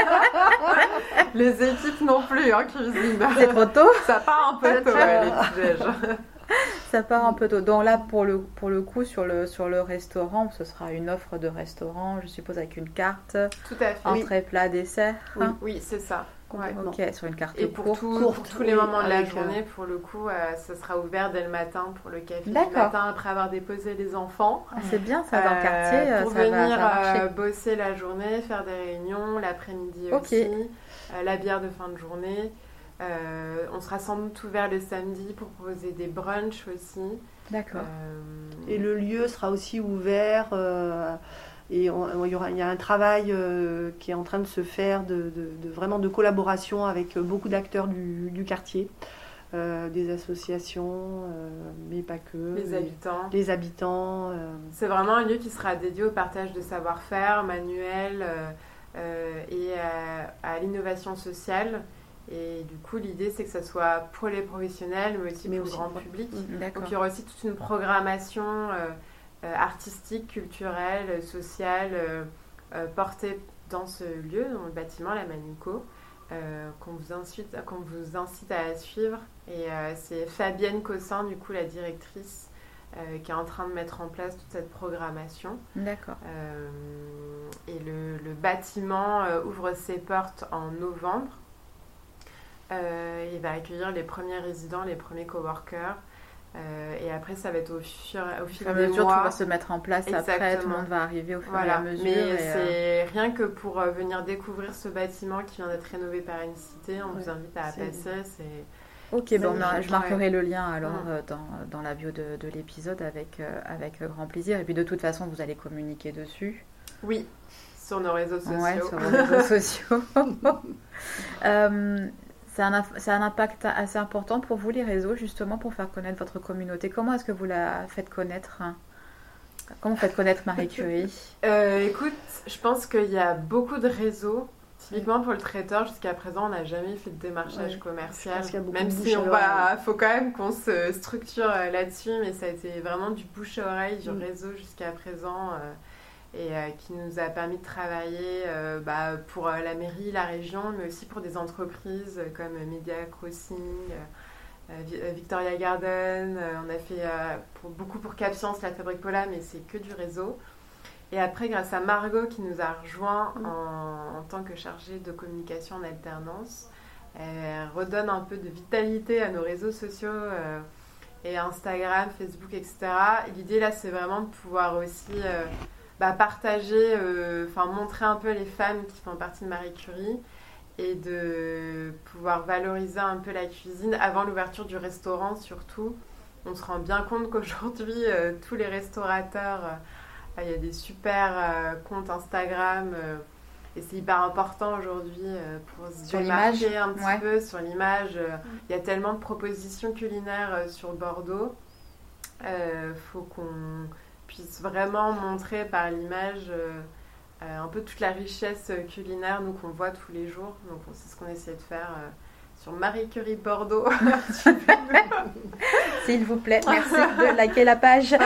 Les équipes non plus en cuisine. C'est trop tôt. Ça part un peu tôt ouais, les petits déj. Ça part un peu tôt. Donc là pour le pour le coup sur le sur le restaurant, ce sera une offre de restaurant, je suppose avec une carte. Tout à fait. Entrée, oui. Plat, dessert. Oui, hein? Oui, c'est ça. Ouais. Ok, sur une carte et pour, courte. Tout, courte, pour tous oui, les moments de la journée, euh... pour le coup, euh, ça sera ouvert dès le matin pour le café. D'accord. Du matin après avoir déposé les enfants. Ah, c'est bien ça dans le quartier. Euh, pour ça venir va, euh, bosser la journée, faire des réunions, l'après-midi okay. aussi, euh, la bière de fin de journée. Euh, on sera sans doute ouvert le samedi pour proposer des brunchs aussi. D'accord. Euh... Et le lieu sera aussi ouvert. Euh... Et on, il, y aura, il y a un travail euh, qui est en train de se faire de, de, de vraiment de collaboration avec beaucoup d'acteurs du, du quartier, euh, des associations, euh, mais pas que. Les les, habitants. Les habitants. Euh... C'est vraiment un lieu qui sera dédié au partage de savoir-faire manuel euh, euh, et à, à l'innovation sociale. Et du coup, l'idée, c'est que ça soit pour les professionnels, mais aussi mais pour aussi, le grand public. D'accord. Donc, il y aura aussi toute une programmation... Euh, euh, artistique, culturelle, sociale, euh, euh, portée dans ce lieu, dans le bâtiment, la Manico, euh, qu'on vous incite, qu'on vous incite à suivre. Et euh, c'est Fabienne Cossin, du coup, la directrice, euh, qui est en train de mettre en place toute cette programmation. D'accord. Euh, et le, le bâtiment euh, ouvre ses portes en novembre. Euh, il va accueillir les premiers résidents, les premiers coworkers. Euh, et après, ça va être au, fur, au fil des mesure, mois. Tout va se mettre en place. Exactement. Après, tout le monde va arriver au fur voilà. et à mesure. Mais et c'est euh... rien que pour euh, venir découvrir ce bâtiment qui vient d'être rénové par Unicité. On ouais. vous invite à c'est... passer. C'est... Ok, bon, on, je marquerai ouais. le lien alors mmh. euh, dans, dans la bio de, de l'épisode avec, euh, avec grand plaisir. Et puis de toute façon, vous allez communiquer dessus. Oui, sur nos réseaux sociaux. Ouais, sur nos réseaux sociaux. euh, c'est, un, c'est un impact assez important pour vous, les réseaux, justement, pour faire connaître votre communauté. Comment est-ce que vous la faites connaître hein Comment vous faiite connaître Marie Curie euh, Écoute, je pense qu'il y a beaucoup de réseaux. Typiquement pour le traiteur, jusqu'à présent, on n'a jamais fait de démarchage ouais, commercial. Même si on va, faut quand même qu'on se structure là-dessus, mais ça a été vraiment du bouche à oreille, du mmh. réseau jusqu'à présent, euh, et euh, qui nous a permis de travailler euh, bah, pour euh, la mairie, la région, mais aussi pour des entreprises comme Media Crossing, euh, Victoria Garden. Euh, on a fait euh, pour, beaucoup pour Cap Science, la Fabrique Paula, mais c'est que du réseau. Et après, grâce à Margot qui nous a rejoints en, en tant que chargée de communication en alternance, elle redonne un peu de vitalité à nos réseaux sociaux euh, et Instagram, Facebook, et cetera. Et l'idée là, c'est vraiment de pouvoir aussi euh, bah, partager, enfin euh, montrer un peu les femmes qui font partie de Marie Curie et de pouvoir valoriser un peu la cuisine avant l'ouverture du restaurant surtout. On se rend bien compte qu'aujourd'hui, euh, tous les restaurateurs... Euh, il y a des super euh, comptes Instagram euh, et c'est hyper important aujourd'hui euh, pour se sur démarquer un petit ouais. peu sur l'image. Euh, mmh. Il y a tellement de propositions culinaires euh, sur Bordeaux. Il euh, faut qu'on puisse vraiment montrer par l'image euh, euh, un peu toute la richesse culinaire nous qu'on voit tous les jours. Donc c'est ce qu'on essaie de faire euh, sur Marie Curie Bordeaux. S'il vous plaît, merci de liker la page.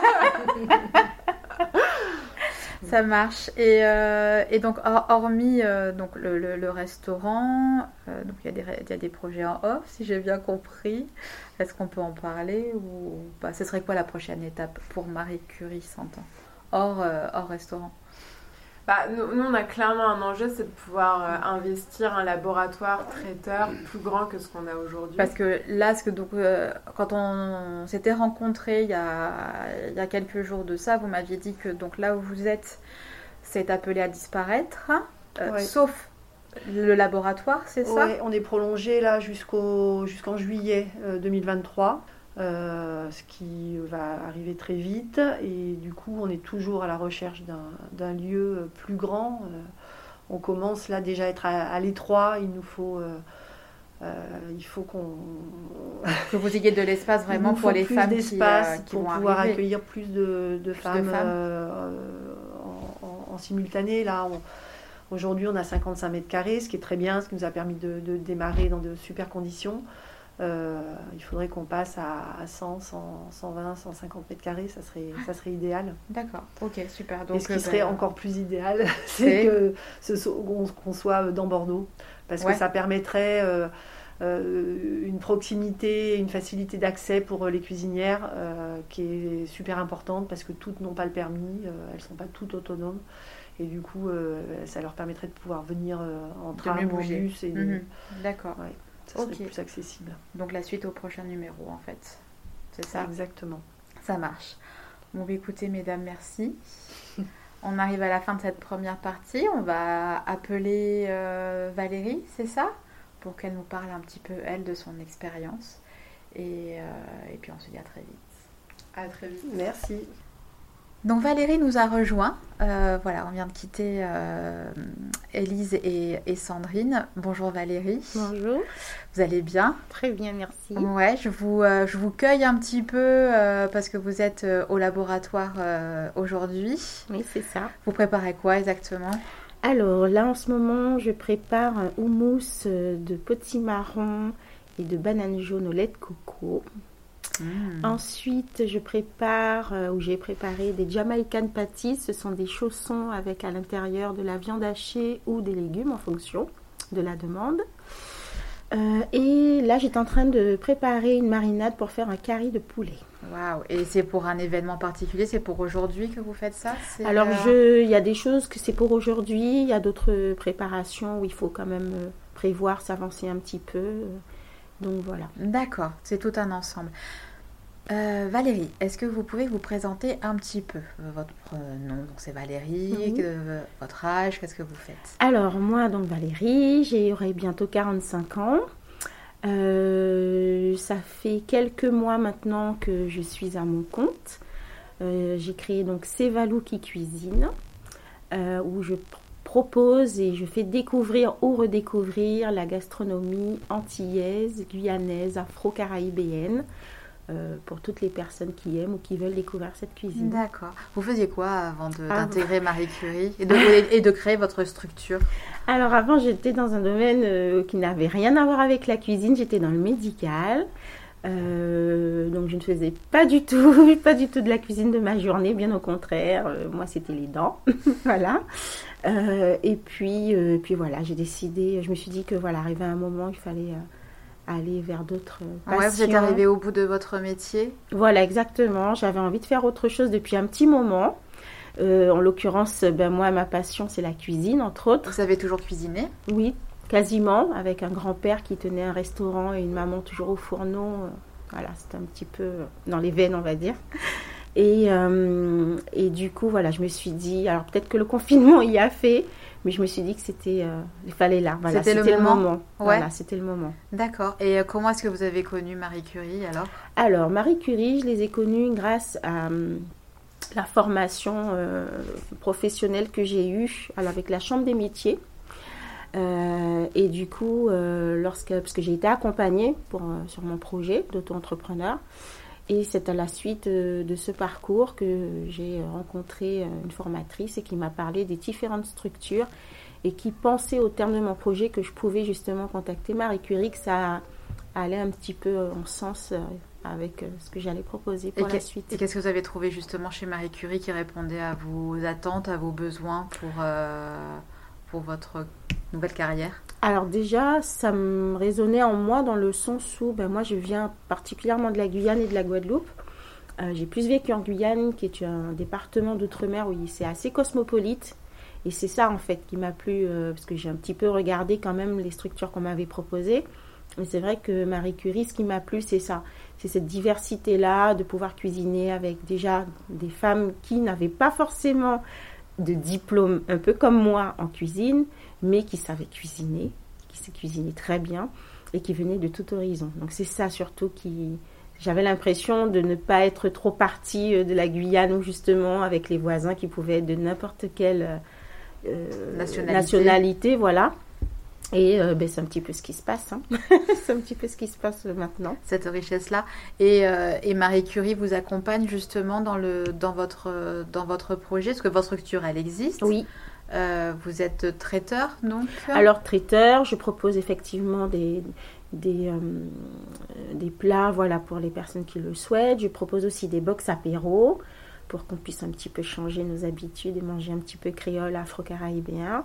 Ça marche. Et, euh, et donc, hormis euh, donc le, le, le restaurant, euh, donc il y a des, il y a des projets en off, si j'ai bien compris. Est-ce qu'on peut en parler ou bah, ce serait quoi la prochaine étape pour Marie Curie cent ans hors, euh, hors restaurant? Bah, nous, nous, on a clairement un enjeu, c'est de pouvoir euh, investir un laboratoire traiteur plus grand que ce qu'on a aujourd'hui. Parce que là, ce que, donc, euh, quand on, on s'était rencontrés il y, a, il y a quelques jours de ça, vous m'aviez dit que donc, là où vous êtes, c'est appelé à disparaître, euh, ouais. sauf le laboratoire, c'est ça? Oui, on est prolongé là jusqu'au, jusqu'en juillet euh, deux mille vingt-trois. Euh, ce qui va arriver très vite et du coup on est toujours à la recherche d'un, d'un lieu plus grand. Euh, on commence là déjà à être à, à l'étroit, il nous faut euh, euh, il faut qu'on que vous ayez de l'espace vraiment pour les femmes qui, euh, qui pour vont pouvoir arriver. accueillir plus de, de plus femmes, de femmes. Euh, en, en, en simultané là on, aujourd'hui on a cinquante-cinq mètres carrés, ce qui est très bien, ce qui nous a permis de, de démarrer dans de super conditions. Euh, il faudrait qu'on passe à cent, cent, cent vingt, cent cinquante mètres carrés, ça serait, ça serait idéal. D'accord, ok, super. Donc, et ce qui euh, serait ben, encore plus idéal, c'est, c'est... Que ce, qu'on soit dans Bordeaux, parce ouais. que ça permettrait euh, euh, une proximité, une facilité d'accès pour les cuisinières euh, qui est super importante, parce que toutes n'ont pas le permis, euh, elles ne sont pas toutes autonomes. Et du coup, euh, ça leur permettrait de pouvoir venir euh, en tram ou en bus. Et de... mmh. D'accord. Ouais. Ça serait okay. plus accessible. Donc la suite au prochain numéro en fait. C'est ça? Exactement. Ça marche. Bon, écoutez mesdames, merci. On arrive à la fin de cette première partie. On va appeler euh, Valérie, c'est ça? Pour qu'elle nous parle un petit peu, elle, de son expérience. Et, euh, et puis on se dit à très vite. À très vite. Merci. Donc Valérie nous a rejoint. Euh, voilà, on vient de quitter euh, Élise et, et Sandrine. Bonjour Valérie. Bonjour. Vous allez bien? Très bien, merci. Ouais, je vous, euh, je vous cueille un petit peu euh, parce que vous êtes euh, au laboratoire euh, aujourd'hui. Oui, c'est ça. Vous préparez quoi exactement? Alors là, en ce moment, je prépare un houmous de potimarron et de banane jaune au lait de coco. Mmh. Ensuite, je prépare, euh, ou j'ai préparé des Jamaican patties. Ce sont des chaussons avec à l'intérieur de la viande hachée ou des légumes en fonction de la demande. Euh, et là, j'étais en train de préparer une marinade pour faire un curry de poulet. Waouh! Et c'est pour un événement particulier? C'est pour aujourd'hui que vous faites ça? C'est Alors, euh... il y a des choses que c'est pour aujourd'hui. Il y a d'autres préparations où il faut quand même prévoir, s'avancer un petit peu. Donc, voilà. D'accord, c'est tout un ensemble. Euh, Valérie, est-ce que vous pouvez vous présenter un petit peu euh, votre nom? Donc c'est Valérie, Oui. euh, votre âge, qu'est-ce que vous faites? Alors moi, donc Valérie, j'aurai bientôt quarante-cinq ans. Euh, ça fait quelques mois maintenant que je suis à mon compte. Euh, j'ai créé donc C'est Valou qui cuisine, euh, où je pr- propose et je fais découvrir ou redécouvrir la gastronomie antillaise, guyanaise, afro-caribéenne. Euh, pour toutes les personnes qui aiment ou qui veulent découvrir cette cuisine. D'accord. Vous faisiez quoi avant de, ah, d'intégrer Marie Curie et de, et, et de créer votre structure? Alors avant, j'étais dans un domaine euh, qui n'avait rien à voir avec la cuisine. J'étais dans le médical. Euh, donc je ne faisais pas du tout, pas du tout de la cuisine de ma journée, bien au contraire. Euh, moi, c'était les dents. Voilà. Euh, et puis, euh, puis voilà, j'ai décidé, je me suis dit que voilà, arrivé à un moment, il fallait... Euh, aller vers d'autres passions. Ouais, vous êtes arrivée au bout de votre métier. Voilà, exactement. J'avais envie de faire autre chose depuis un petit moment. Euh, en l'occurrence, ben moi, ma passion, c'est la cuisine, entre autres. Vous savez toujours cuisiner? Oui, quasiment. Avec un grand-père qui tenait un restaurant et une maman toujours au fourneau. Voilà, c'était un petit peu dans les veines, on va dire. Et, euh, et du coup, voilà, je me suis dit... Alors, peut-être que le confinement y a fait... Mais je me suis dit que c'était, euh, il fallait là. Voilà, c'était, c'était le moment. Le moment. Ouais. Voilà, c'était le moment. D'accord. Et euh, comment est-ce que vous avez connu Marie Curie alors? Alors, Marie Curie, je les ai connues grâce à euh, la formation euh, professionnelle que j'ai eue avec la Chambre des métiers. Euh, et du coup, euh, lorsque, parce que j'ai été accompagnée pour, euh, sur mon projet d'auto-entrepreneur. Et c'est à la suite de, de ce parcours que j'ai rencontré une formatrice et qui m'a parlé des différentes structures et qui pensait au terme de mon projet que je pouvais justement contacter Marie Curie, que ça allait un petit peu en sens avec ce que j'allais proposer pour et la que, suite. Et qu'est-ce que vous avez trouvé justement chez Marie Curie qui répondait à vos attentes, à vos besoins pour, euh, pour votre nouvelle carrière? Alors déjà, ça me résonnait en moi dans le sens où ben moi je viens particulièrement de la Guyane et de la Guadeloupe. Euh, j'ai plus vécu en Guyane, qui est un département d'outre-mer où c'est assez cosmopolite. Et c'est ça en fait qui m'a plu, euh, parce que j'ai un petit peu regardé quand même les structures qu'on m'avait proposées. Mais c'est vrai que Marie Curie, ce qui m'a plu, c'est ça. C'est cette diversité-là, de pouvoir cuisiner avec déjà des femmes qui n'avaient pas forcément de diplôme, un peu comme moi en cuisine, mais qui savaient cuisiner, qui sait cuisiner très bien et qui venaient de tout horizon. Donc c'est ça surtout qui... J'avais l'impression de ne pas être trop partie de la Guyane ou justement avec les voisins qui pouvaient être de n'importe quelle euh, nationalité. nationalité, voilà. Et euh, ben, c'est un petit peu ce qui se passe. Hein. C'est un petit peu ce qui se passe maintenant. Cette richesse-là. Et, euh, et Marie Curie vous accompagne justement dans, le, dans, votre, dans votre projet, parce que votre structure, elle existe. Oui. Euh, vous êtes traiteur, donc? Alors, traiteur, je propose effectivement des, des, euh, des plats voilà, pour les personnes qui le souhaitent. Je propose aussi des box apéro pour qu'on puisse un petit peu changer nos habitudes et manger un petit peu créole, afro-caribéen.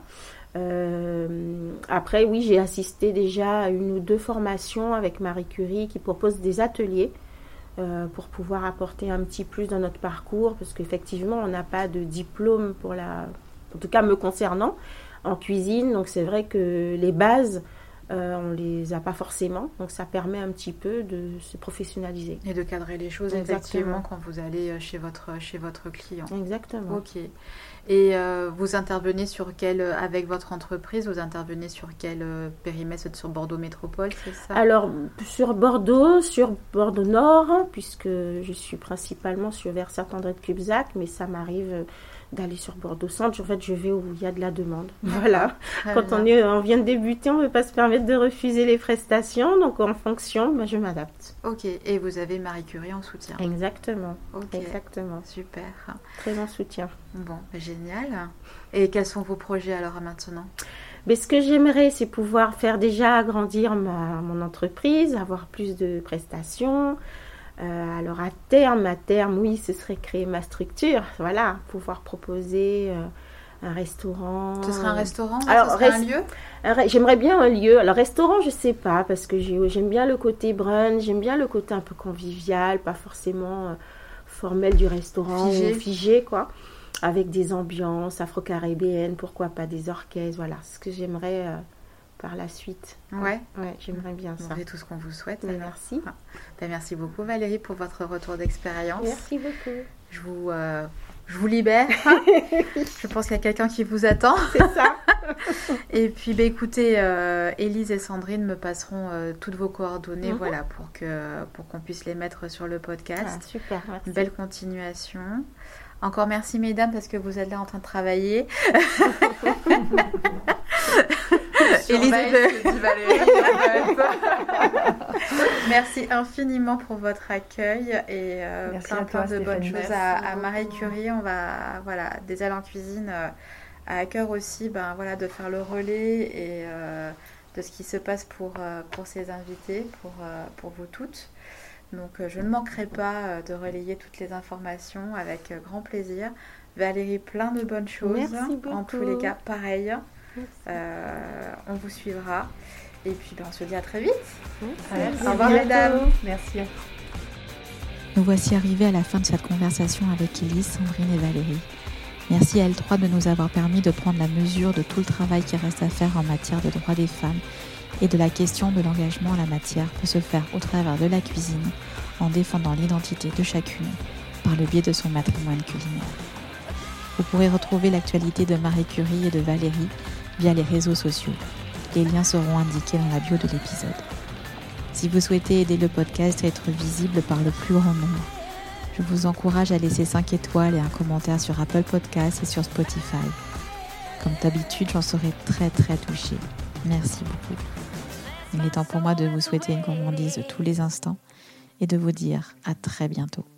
Euh, après, oui, j'ai assisté déjà à une ou deux formations avec Marie Curie qui propose des ateliers euh, pour pouvoir apporter un petit plus dans notre parcours, parce qu'effectivement, on n'a pas de diplôme pour la... En tout cas, me concernant, en cuisine. Donc, c'est vrai que les bases, euh, on ne les a pas forcément. Donc, ça permet un petit peu de se professionnaliser. Et de cadrer les choses, Exactement. Effectivement, quand vous allez chez votre, chez votre client. Exactement. Ok. Et euh, vous intervenez sur quel, avec votre entreprise, vous intervenez sur quel euh, périmètre? Sur Bordeaux Métropole, c'est ça? Alors, sur Bordeaux, sur Bordeaux Nord, puisque je suis principalement sur vers Saint-André-de-Cubzac, mais ça m'arrive d'aller sur Bordeaux Centre. En fait, je vais où il y a de la demande. Voilà. Très Quand on, est, on vient de débuter, on ne peut pas se permettre de refuser les prestations. Donc, en fonction, ben, je m'adapte. Ok. Et vous avez Marie Curie en soutien? Exactement. Ok. Exactement. Super. Très bon soutien. Bon, génial. Et quels sont vos projets alors maintenant? Mais ce que j'aimerais, c'est pouvoir faire déjà agrandir ma, mon entreprise, avoir plus de prestations, Euh, alors à terme, à terme, oui, ce serait créer ma structure, voilà, pouvoir proposer euh, un restaurant. Ce serait un restaurant, alors, ce serait rest... un lieu un... J'aimerais bien un lieu. Alors restaurant, je sais pas, parce que j'ai... j'aime bien le côté brunch, j'aime bien le côté un peu convivial, pas forcément euh, formel du restaurant, figé. Ou figé, quoi, avec des ambiances afro-caribéennes, pourquoi pas des orchestres, voilà, ce que j'aimerais... Euh... par la suite. Ouais. Ouais, j'aimerais bien ça. C'est tout ce qu'on vous souhaite. Ben, merci. Ah. Ben, merci beaucoup Valérie pour votre retour d'expérience. Merci beaucoup. Je vous, euh, je vous libère. Je pense qu'il y a quelqu'un qui vous attend. C'est ça. Et puis ben, écoutez, euh, Élise et Sandrine me passeront euh, toutes vos coordonnées, Mm-hmm. voilà, pour, que, pour qu'on puisse les mettre sur le podcast. Ah, super, merci. Belle continuation. Encore merci mesdames parce que vous êtes là en train de travailler. Elisabeth dit Valérie. Merci infiniment pour votre accueil et euh, Merci plein, à toi, plein de bonnes Stéphanie. choses à, à Merci Marie beaucoup. Curie. On va, voilà, des ailes en cuisine euh, à cœur aussi, ben, voilà, de faire le relais et euh, de ce qui se passe pour, euh, pour ces invités, pour, euh, pour vous toutes. Donc euh, je ne manquerai pas euh, de relayer toutes les informations avec euh, grand plaisir. Valérie, plein de bonnes choses. Merci beaucoup. En tous les cas, pareil. Euh, on vous suivra. Et puis ben, on se dit à très vite. Merci. Au revoir, À bientôt. mesdames. Merci. Nous voici arrivés à la fin de cette conversation avec Élise, Sandrine et Valérie. Merci à elles trois de nous avoir permis de prendre la mesure de tout le travail qui reste à faire en matière de droits des femmes et de la question de l'engagement en la matière peut se faire au travers de la cuisine en défendant l'identité de chacune par le biais de son patrimoine culinaire. Vous pourrez retrouver l'actualité de Marie Curie et de Valérie via les réseaux sociaux. Les liens seront indiqués dans la bio de l'épisode. Si vous souhaitez aider le podcast à être visible par le plus grand nombre, je vous encourage à laisser cinq étoiles et un commentaire sur Apple Podcasts et sur Spotify. Comme d'habitude, j'en serai très très touchée. Merci beaucoup. Il est temps pour moi de vous souhaiter une gourmandise tous les instants et de vous dire à très bientôt.